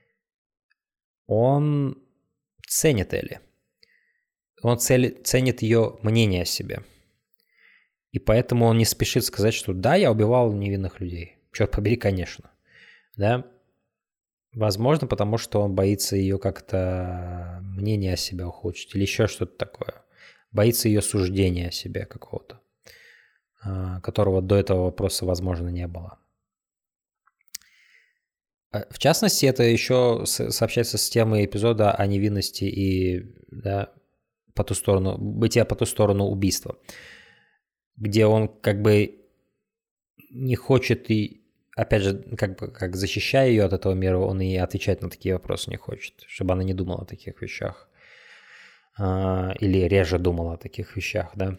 он ценит Элли. Он ценит ее мнение о себе. И поэтому он не спешит сказать, что да, я убивал невинных людей. Черт побери, конечно. Да? Возможно, потому что он боится ее как-то мнение о себе ухудшить или еще что-то такое. Боится ее суждения о себе какого-то, которого до этого вопроса, возможно, не было. В частности, это еще сообщается с темой эпизода о невинности и, да, бытия по ту сторону убийства, где он как бы не хочет и, опять же, как защищая ее от этого мира, он и отвечать на такие вопросы не хочет, чтобы она не думала о таких вещах. Или реже думала о таких вещах, да.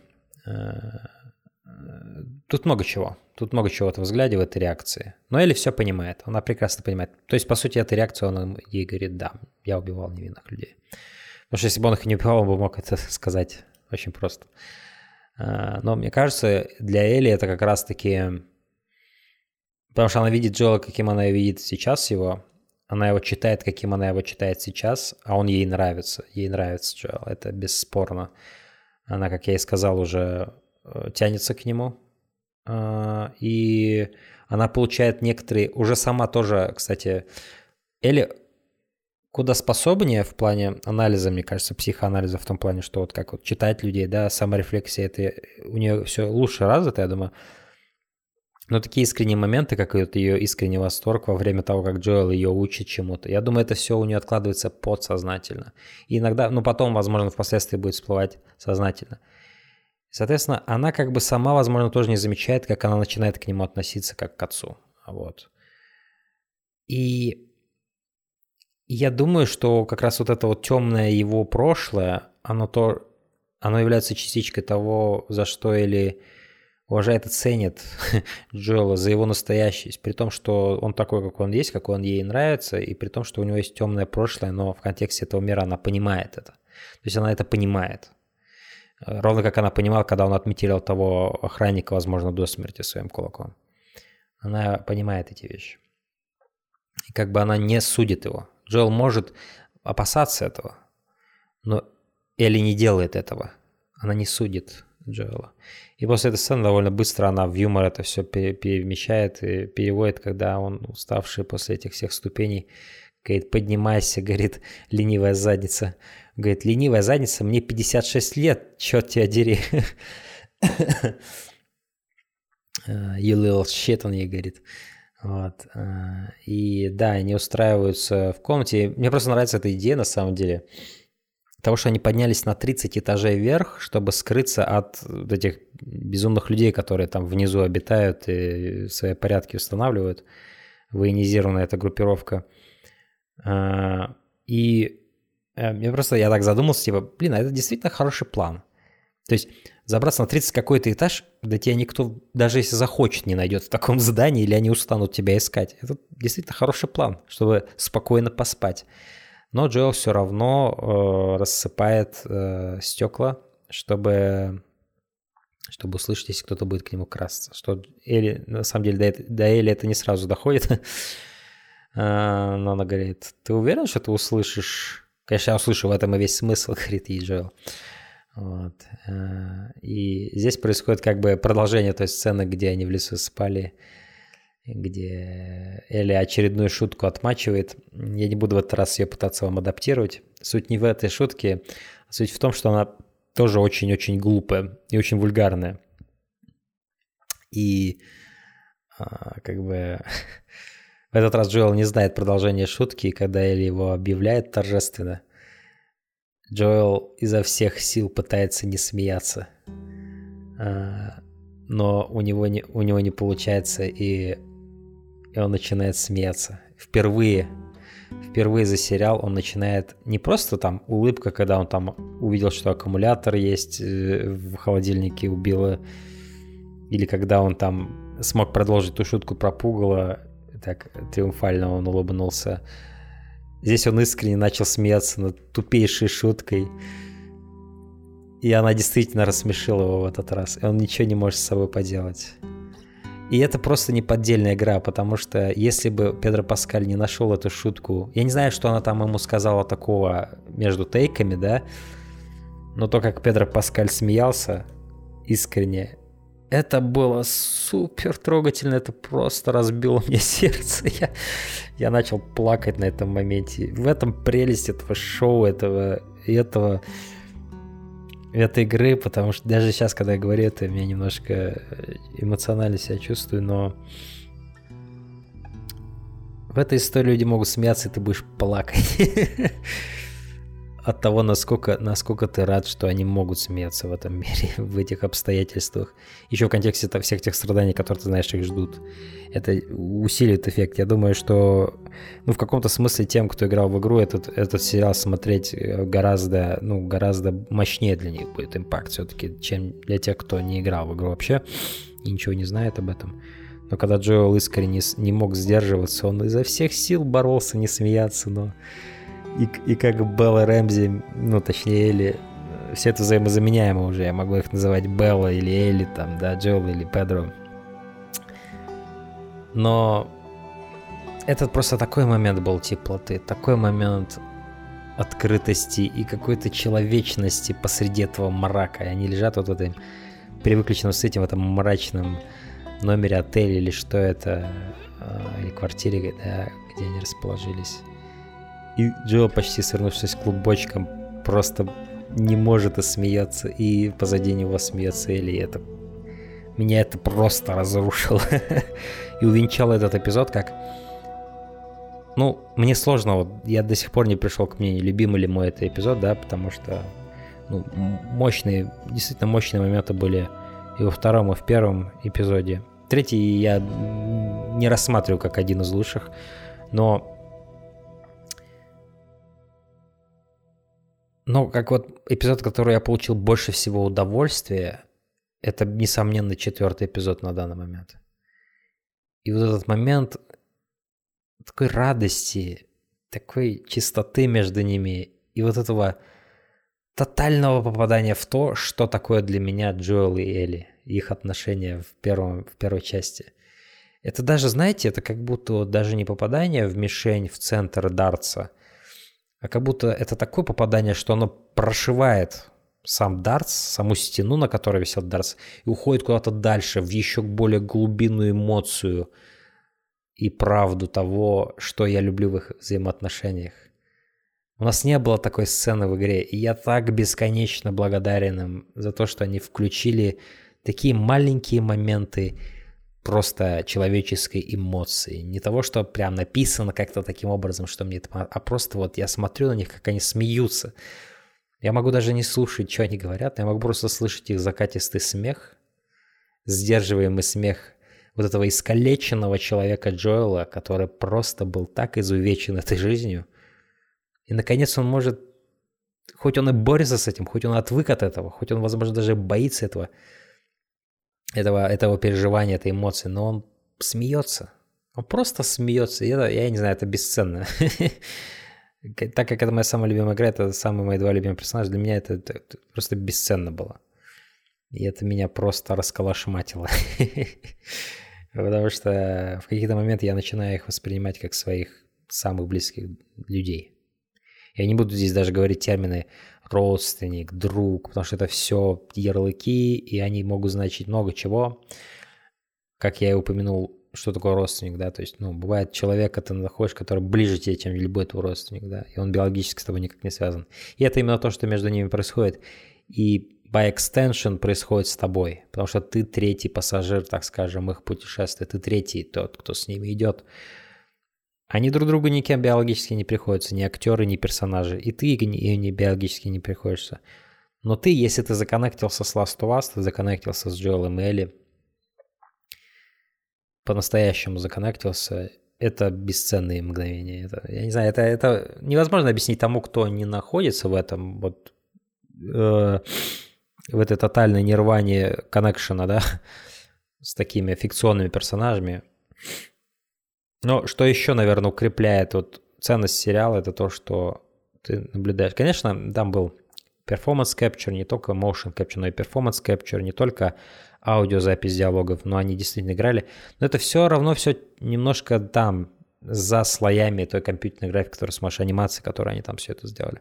Тут много чего. Тут много чего в этом взгляде, в этой реакции. Но Элли все понимает. Она прекрасно понимает. То есть, по сути, этой реакции он ей говорит, да, я убивал невинных людей. Потому что если бы он их не убивал, он бы мог это сказать очень просто. Но мне кажется, для Элли это как раз-таки... Потому что она видит Джоэла, каким она видит сейчас его. Она его читает, каким она его читает сейчас, а он ей нравится. Ей нравится Джоэл, это бесспорно. Она, как я и сказал, уже тянется к нему. И она получает некоторые... Уже сама тоже, кстати... Элли куда способнее в плане анализа, мне кажется, психоанализа, в том плане, что вот как вот читать людей, да, саморефлексия, это у нее все лучше развито, я думаю. Но такие искренние моменты, как вот ее искренний восторг во время того, как Джоэл ее учит чему-то, я думаю, это все у нее откладывается подсознательно. И иногда, ну потом, возможно, впоследствии будет всплывать сознательно. Соответственно, она как бы сама, возможно, тоже не замечает, как она начинает к нему относиться как к отцу. Вот. И я думаю, что как раз вот это вот темное его прошлое, оно является частичкой того, за что Элли уважает и ценит Джоэла за его настоящесть, при том, что он такой, как он есть, как он ей нравится, и при том, что у него есть темное прошлое, но в контексте этого мира она понимает это. То есть она это понимает. Ровно как она понимала, когда он отметил того охранника, возможно, до смерти своим кулаком. Она понимает эти вещи. И как бы она не судит его. Джоэл может опасаться этого, но Элли не делает этого. Она не судит Джоэла. И после этой сцены довольно быстро она в юмор это все перемещает и переводит, когда он, уставший после этих всех ступеней, говорит: поднимайся, говорит, ленивая задница. Говорит: ленивая задница, мне 56 лет, черт тебя дери. You little shit, он ей говорит. Вот. И да, они устраиваются в комнате. Мне просто нравится эта идея на самом деле. Того, что они поднялись на 30 этажей вверх, чтобы скрыться от вот этих безумных людей, которые там внизу обитают и свои порядки устанавливают. Военизированная эта группировка. И я так задумался, типа, блин, а это действительно хороший план. То есть забраться на 30 какой-то этаж, да тебя никто, даже если захочет, не найдет в таком здании, или они устанут тебя искать. Это действительно хороший план, чтобы спокойно поспать. Но Джоэл все равно рассыпает стекла, чтобы услышать, если кто-то будет к нему красться. Что Элли, на самом деле, до Элли это не сразу доходит. Но она говорит: ты уверен, что ты услышишь? Конечно, я услышу, в этом и весь смысл, говорит ей Джоэл. Вот. И здесь происходит как бы продолжение той сцены, где они в лесу спали, где Элли очередную шутку отмачивает. Я не буду в этот раз ее пытаться вам адаптировать. Суть не в этой шутке, а суть в том, что она тоже очень-очень глупая и очень вульгарная. И как бы в этот раз Джоэл не знает продолжения шутки, и когда Элли его объявляет торжественно, Джоэл изо всех сил пытается не смеяться, но у него не получается, и он начинает смеяться. Впервые за сериал он начинает не просто там улыбка, когда он там увидел, что аккумулятор есть в холодильнике у Билла, или когда он там смог продолжить ту шутку про пугало, так триумфально он улыбнулся. Здесь он искренне начал смеяться над тупейшей шуткой. И она действительно рассмешила его в этот раз. И он ничего не может с собой поделать. И это просто неподдельная игра, потому что если бы Педро Паскаль не нашел эту шутку... Я не знаю, что она там ему сказала такого между тейками, да? Но то, как Педро Паскаль смеялся искренне, это было супер трогательно, это просто разбило мне сердце. Я начал плакать на этом моменте. В этом прелесть этого шоу, этой игры, потому что даже сейчас, когда я говорю это, я немножко эмоционально себя чувствую, но в этой истории люди могут смеяться, и ты будешь плакать от того, насколько ты рад, что они могут смеяться в этом мире, в этих обстоятельствах. Еще в контексте всех тех страданий, которые, ты знаешь, их ждут. Это усиливает эффект. Я думаю, что в каком-то смысле тем, кто играл в игру, этот сериал смотреть гораздо мощнее для них будет импакт все-таки, чем для тех, кто не играл в игру вообще и ничего не знает об этом. Но когда Джоэл искренне не мог сдерживаться, он изо всех сил боролся не смеяться, но... И как Белла Рэмзи, точнее Элли, все это взаимозаменяемо уже. Я могу их называть Белла или Элли, там, да, Джоэл или Педро. Но это просто такой момент был теплоты, такой момент открытости и какой-то человечности посреди этого мрака. И они лежат вот в этой при выключенном свете в этом мрачном номере отеля или что это, или квартире, да, где они расположились. И Джоэл, почти свернувшись клубочком, просто не может и смеется, и позади него смеется Элли. Меня это просто разрушило. И увенчал этот эпизод как... Ну, мне сложно, вот, я до сих пор не пришел к мнению, любимый ли мой этот эпизод, да, потому что мощные, действительно мощные моменты были и во втором, и в первом эпизоде. Третий я не рассматриваю как один из лучших, но как вот эпизод, который я получил больше всего удовольствия, это, несомненно, 4-й эпизод на данный момент. И вот этот момент такой радости, такой чистоты между ними и вот этого тотального попадания в то, что такое для меня Джоэл и Элли, их отношения в первой части. Это даже, знаете, это как будто вот даже не попадание в мишень в центр дартса, а как будто это такое попадание, что оно прошивает сам дартс, саму стену, на которой висел дартс, и уходит куда-то дальше, в еще более глубинную эмоцию и правду того, что я люблю в их взаимоотношениях. У нас не было такой сцены в игре, и я так бесконечно благодарен им за то, что они включили такие маленькие моменты просто человеческой эмоции. Не того, что прям написано как-то таким образом, что мне это... А просто вот я смотрю на них, как они смеются. Я могу даже не слушать, что они говорят, я могу просто слышать их закатистый смех, сдерживаемый смех вот этого искалеченного человека Джоэла, который просто был так изувечен этой жизнью. И, наконец, он может... Хоть он и борется с этим, хоть он отвык от этого, хоть он, возможно, даже боится этого переживания, этой эмоции, но он смеется. Он просто смеется. И это, я не знаю, это бесценно. Так как это моя самая любимая игра, это самые мои два любимых персонажа, для меня это просто бесценно было. И это меня просто расколошматило. Потому что в какие-то моменты я начинаю их воспринимать как своих самых близких людей. Я не буду здесь даже говорить термины родственник, друг, потому что это все ярлыки, и они могут значить много чего. Как я и упомянул, что такое родственник, да, то есть, бывает человек, ты находишь, который ближе тебе, чем любой твой родственник, да, и он биологически с тобой никак не связан. И это именно то, что между ними происходит. И by extension происходит с тобой, потому что ты третий пассажир, так скажем, их путешествия, ты третий тот, кто с ними идет. Они друг другу никем биологически не приходятся, ни актеры, ни персонажи. И ты не биологически не приходишься. Но ты, если ты законнектился с Last of Us, ты законнектился с Джоэлом и Элли, по-настоящему законнектился, это бесценные мгновения. Я не знаю, это невозможно объяснить тому, кто не находится в этом, вот в этой тотальной нирване коннекшена, да, с такими фикционными персонажами. Но что еще, наверное, укрепляет вот ценность сериала, это то, что ты наблюдаешь. Конечно, там был performance capture, не только motion capture, но и performance capture, не только аудиозапись диалогов, но они действительно играли. Но это все равно все немножко там, за слоями той компьютерной графики, которая с анимацией, которой они там все это сделали.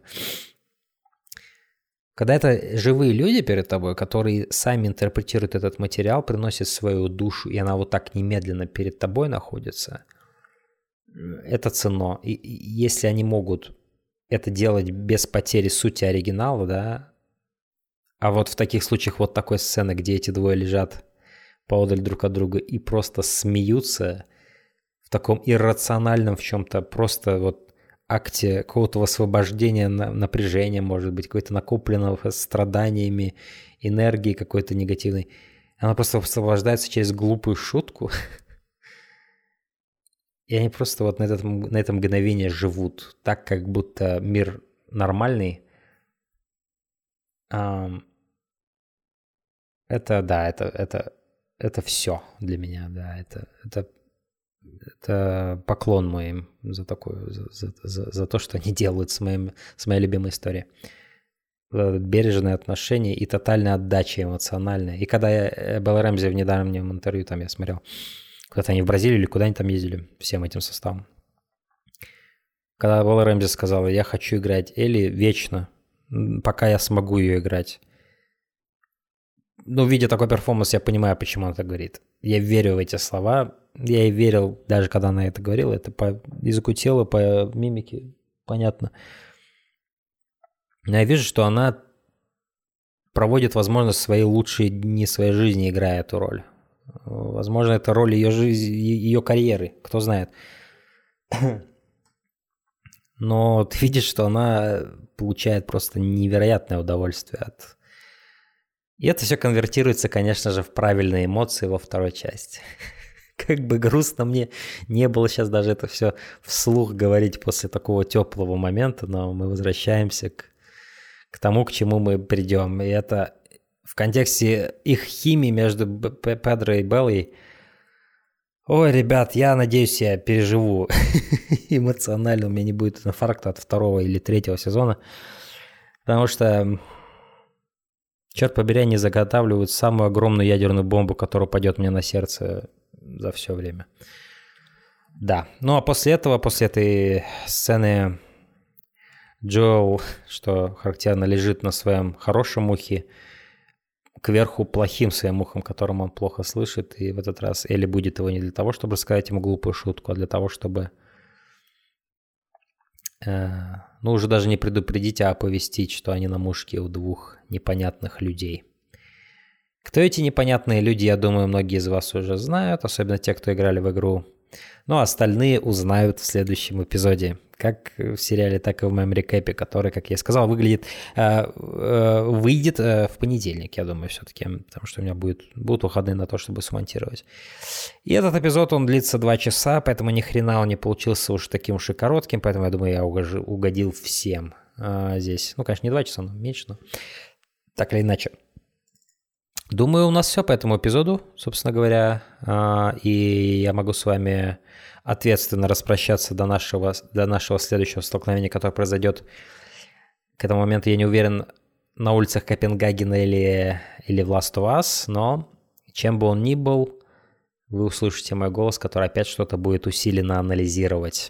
Когда это живые люди перед тобой, которые сами интерпретируют этот материал, приносят свою душу, и она вот так немедленно перед тобой находится, это ценно. И если они могут это делать без потери сути оригинала, да, а вот в таких случаях вот такой сцены, где эти двое лежат поодаль друг от друга и просто смеются в таком иррациональном в чем-то просто вот акте какого-то освобождения, напряжения, может быть, какой-то накопленного страданиями, энергии какой-то негативной. Она просто освобождается через глупую шутку. И они просто вот на это мгновение живут так, как будто мир нормальный. Это, да, это все для меня, да, это поклон мой им за такую, за то, что они делают с моей любимой историей. бережное отношение и тотальная отдача эмоциональная. И когда Белла Рэмзи в недавнем интервью, там я смотрел, куда-то они в Бразилию или куда они там ездили всем этим составом. Когда Белла Рэмзи сказала, я хочу играть Элли вечно, пока я смогу ее играть. Ну, видя такой перформанс, я понимаю, почему она так говорит. Я верю в эти слова. Я и верил, даже когда она это говорила, это по языку тела, по мимике, понятно. Но я вижу, что она проводит, возможно, свои лучшие дни своей жизни, играя эту роль. Возможно, это роль ее жизни, ее карьеры, кто знает. Но ты видишь, что она получает просто невероятное удовольствие от... И это все конвертируется, конечно же, в правильные эмоции во второй части. Как бы грустно мне не было сейчас даже это все вслух говорить после такого теплого момента, но мы возвращаемся к тому, к чему мы придем. И это в контексте их химии между Педро и Беллой. Ой, ребят, я надеюсь, я переживу эмоционально, у меня не будет инфаркта от 2 или 3 сезона, потому что, черт побери, они заготавливают самую огромную ядерную бомбу, которая упадет мне на сердце за все время. Да, ну а после этого, после этой сцены, Джоэл, что характерно, лежит на своем хорошем ухе, кверху плохим своим ухом, которым он плохо слышит, и в этот раз Элли будет его не для того, чтобы сказать ему глупую шутку, а для того, чтобы, уже даже не предупредить, а оповестить, что они на мушке у 2 непонятных людей. Кто эти непонятные люди, я думаю, многие из вас уже знают, особенно те, кто играли в игру. Но остальные узнают в следующем эпизоде, как в сериале, так и в моем рекэпе, который, как я и сказал, выйдет в понедельник, я думаю, все-таки, потому что у меня будут выходные на то, чтобы смонтировать. И этот эпизод, он длится 2 часа, поэтому ни хрена он не получился уж таким уж и коротким, поэтому я думаю, я угодил всем здесь. Ну, конечно, не 2 часа, но меньше, но так или иначе. Думаю, у нас все по этому эпизоду, собственно говоря, и я могу с вами ответственно распрощаться до нашего следующего столкновения, которое произойдет к этому моменту, я не уверен, на улицах Копенгагена или в Last of Us, но чем бы он ни был, вы услышите мой голос, который опять что-то будет усиленно анализировать.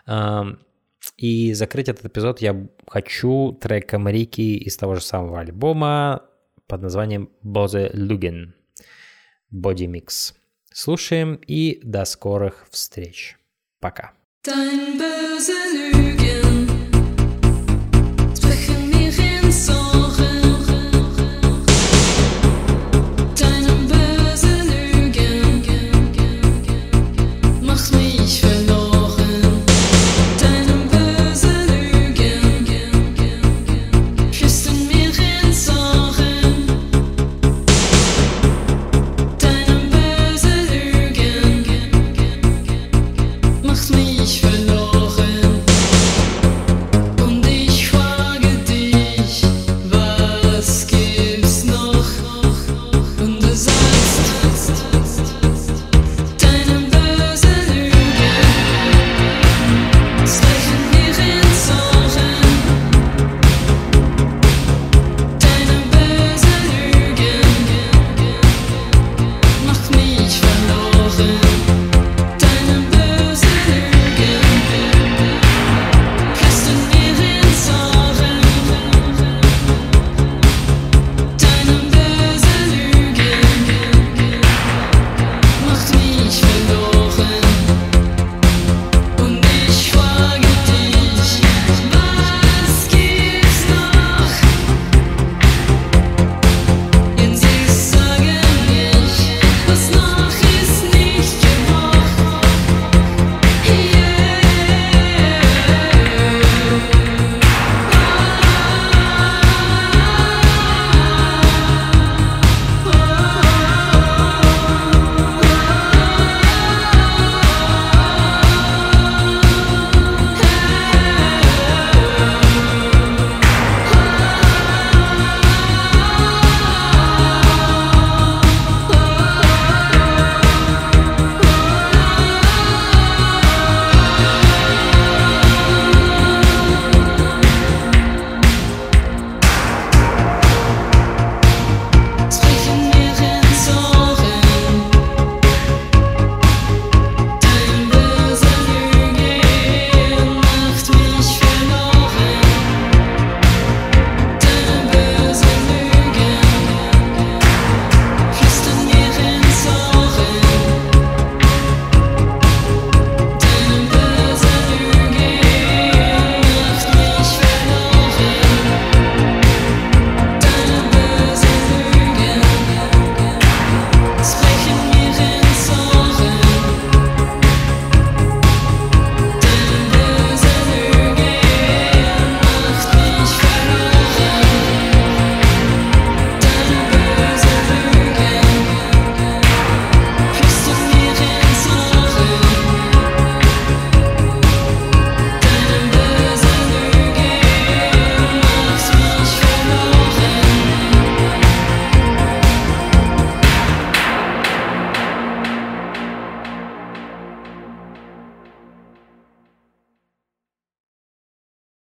И закрыть этот эпизод я хочу треком Рики из того же самого альбома под названием Böse Lügen, Body Mix. Слушаем и до скорых встреч. Пока. Dein böse Lügen.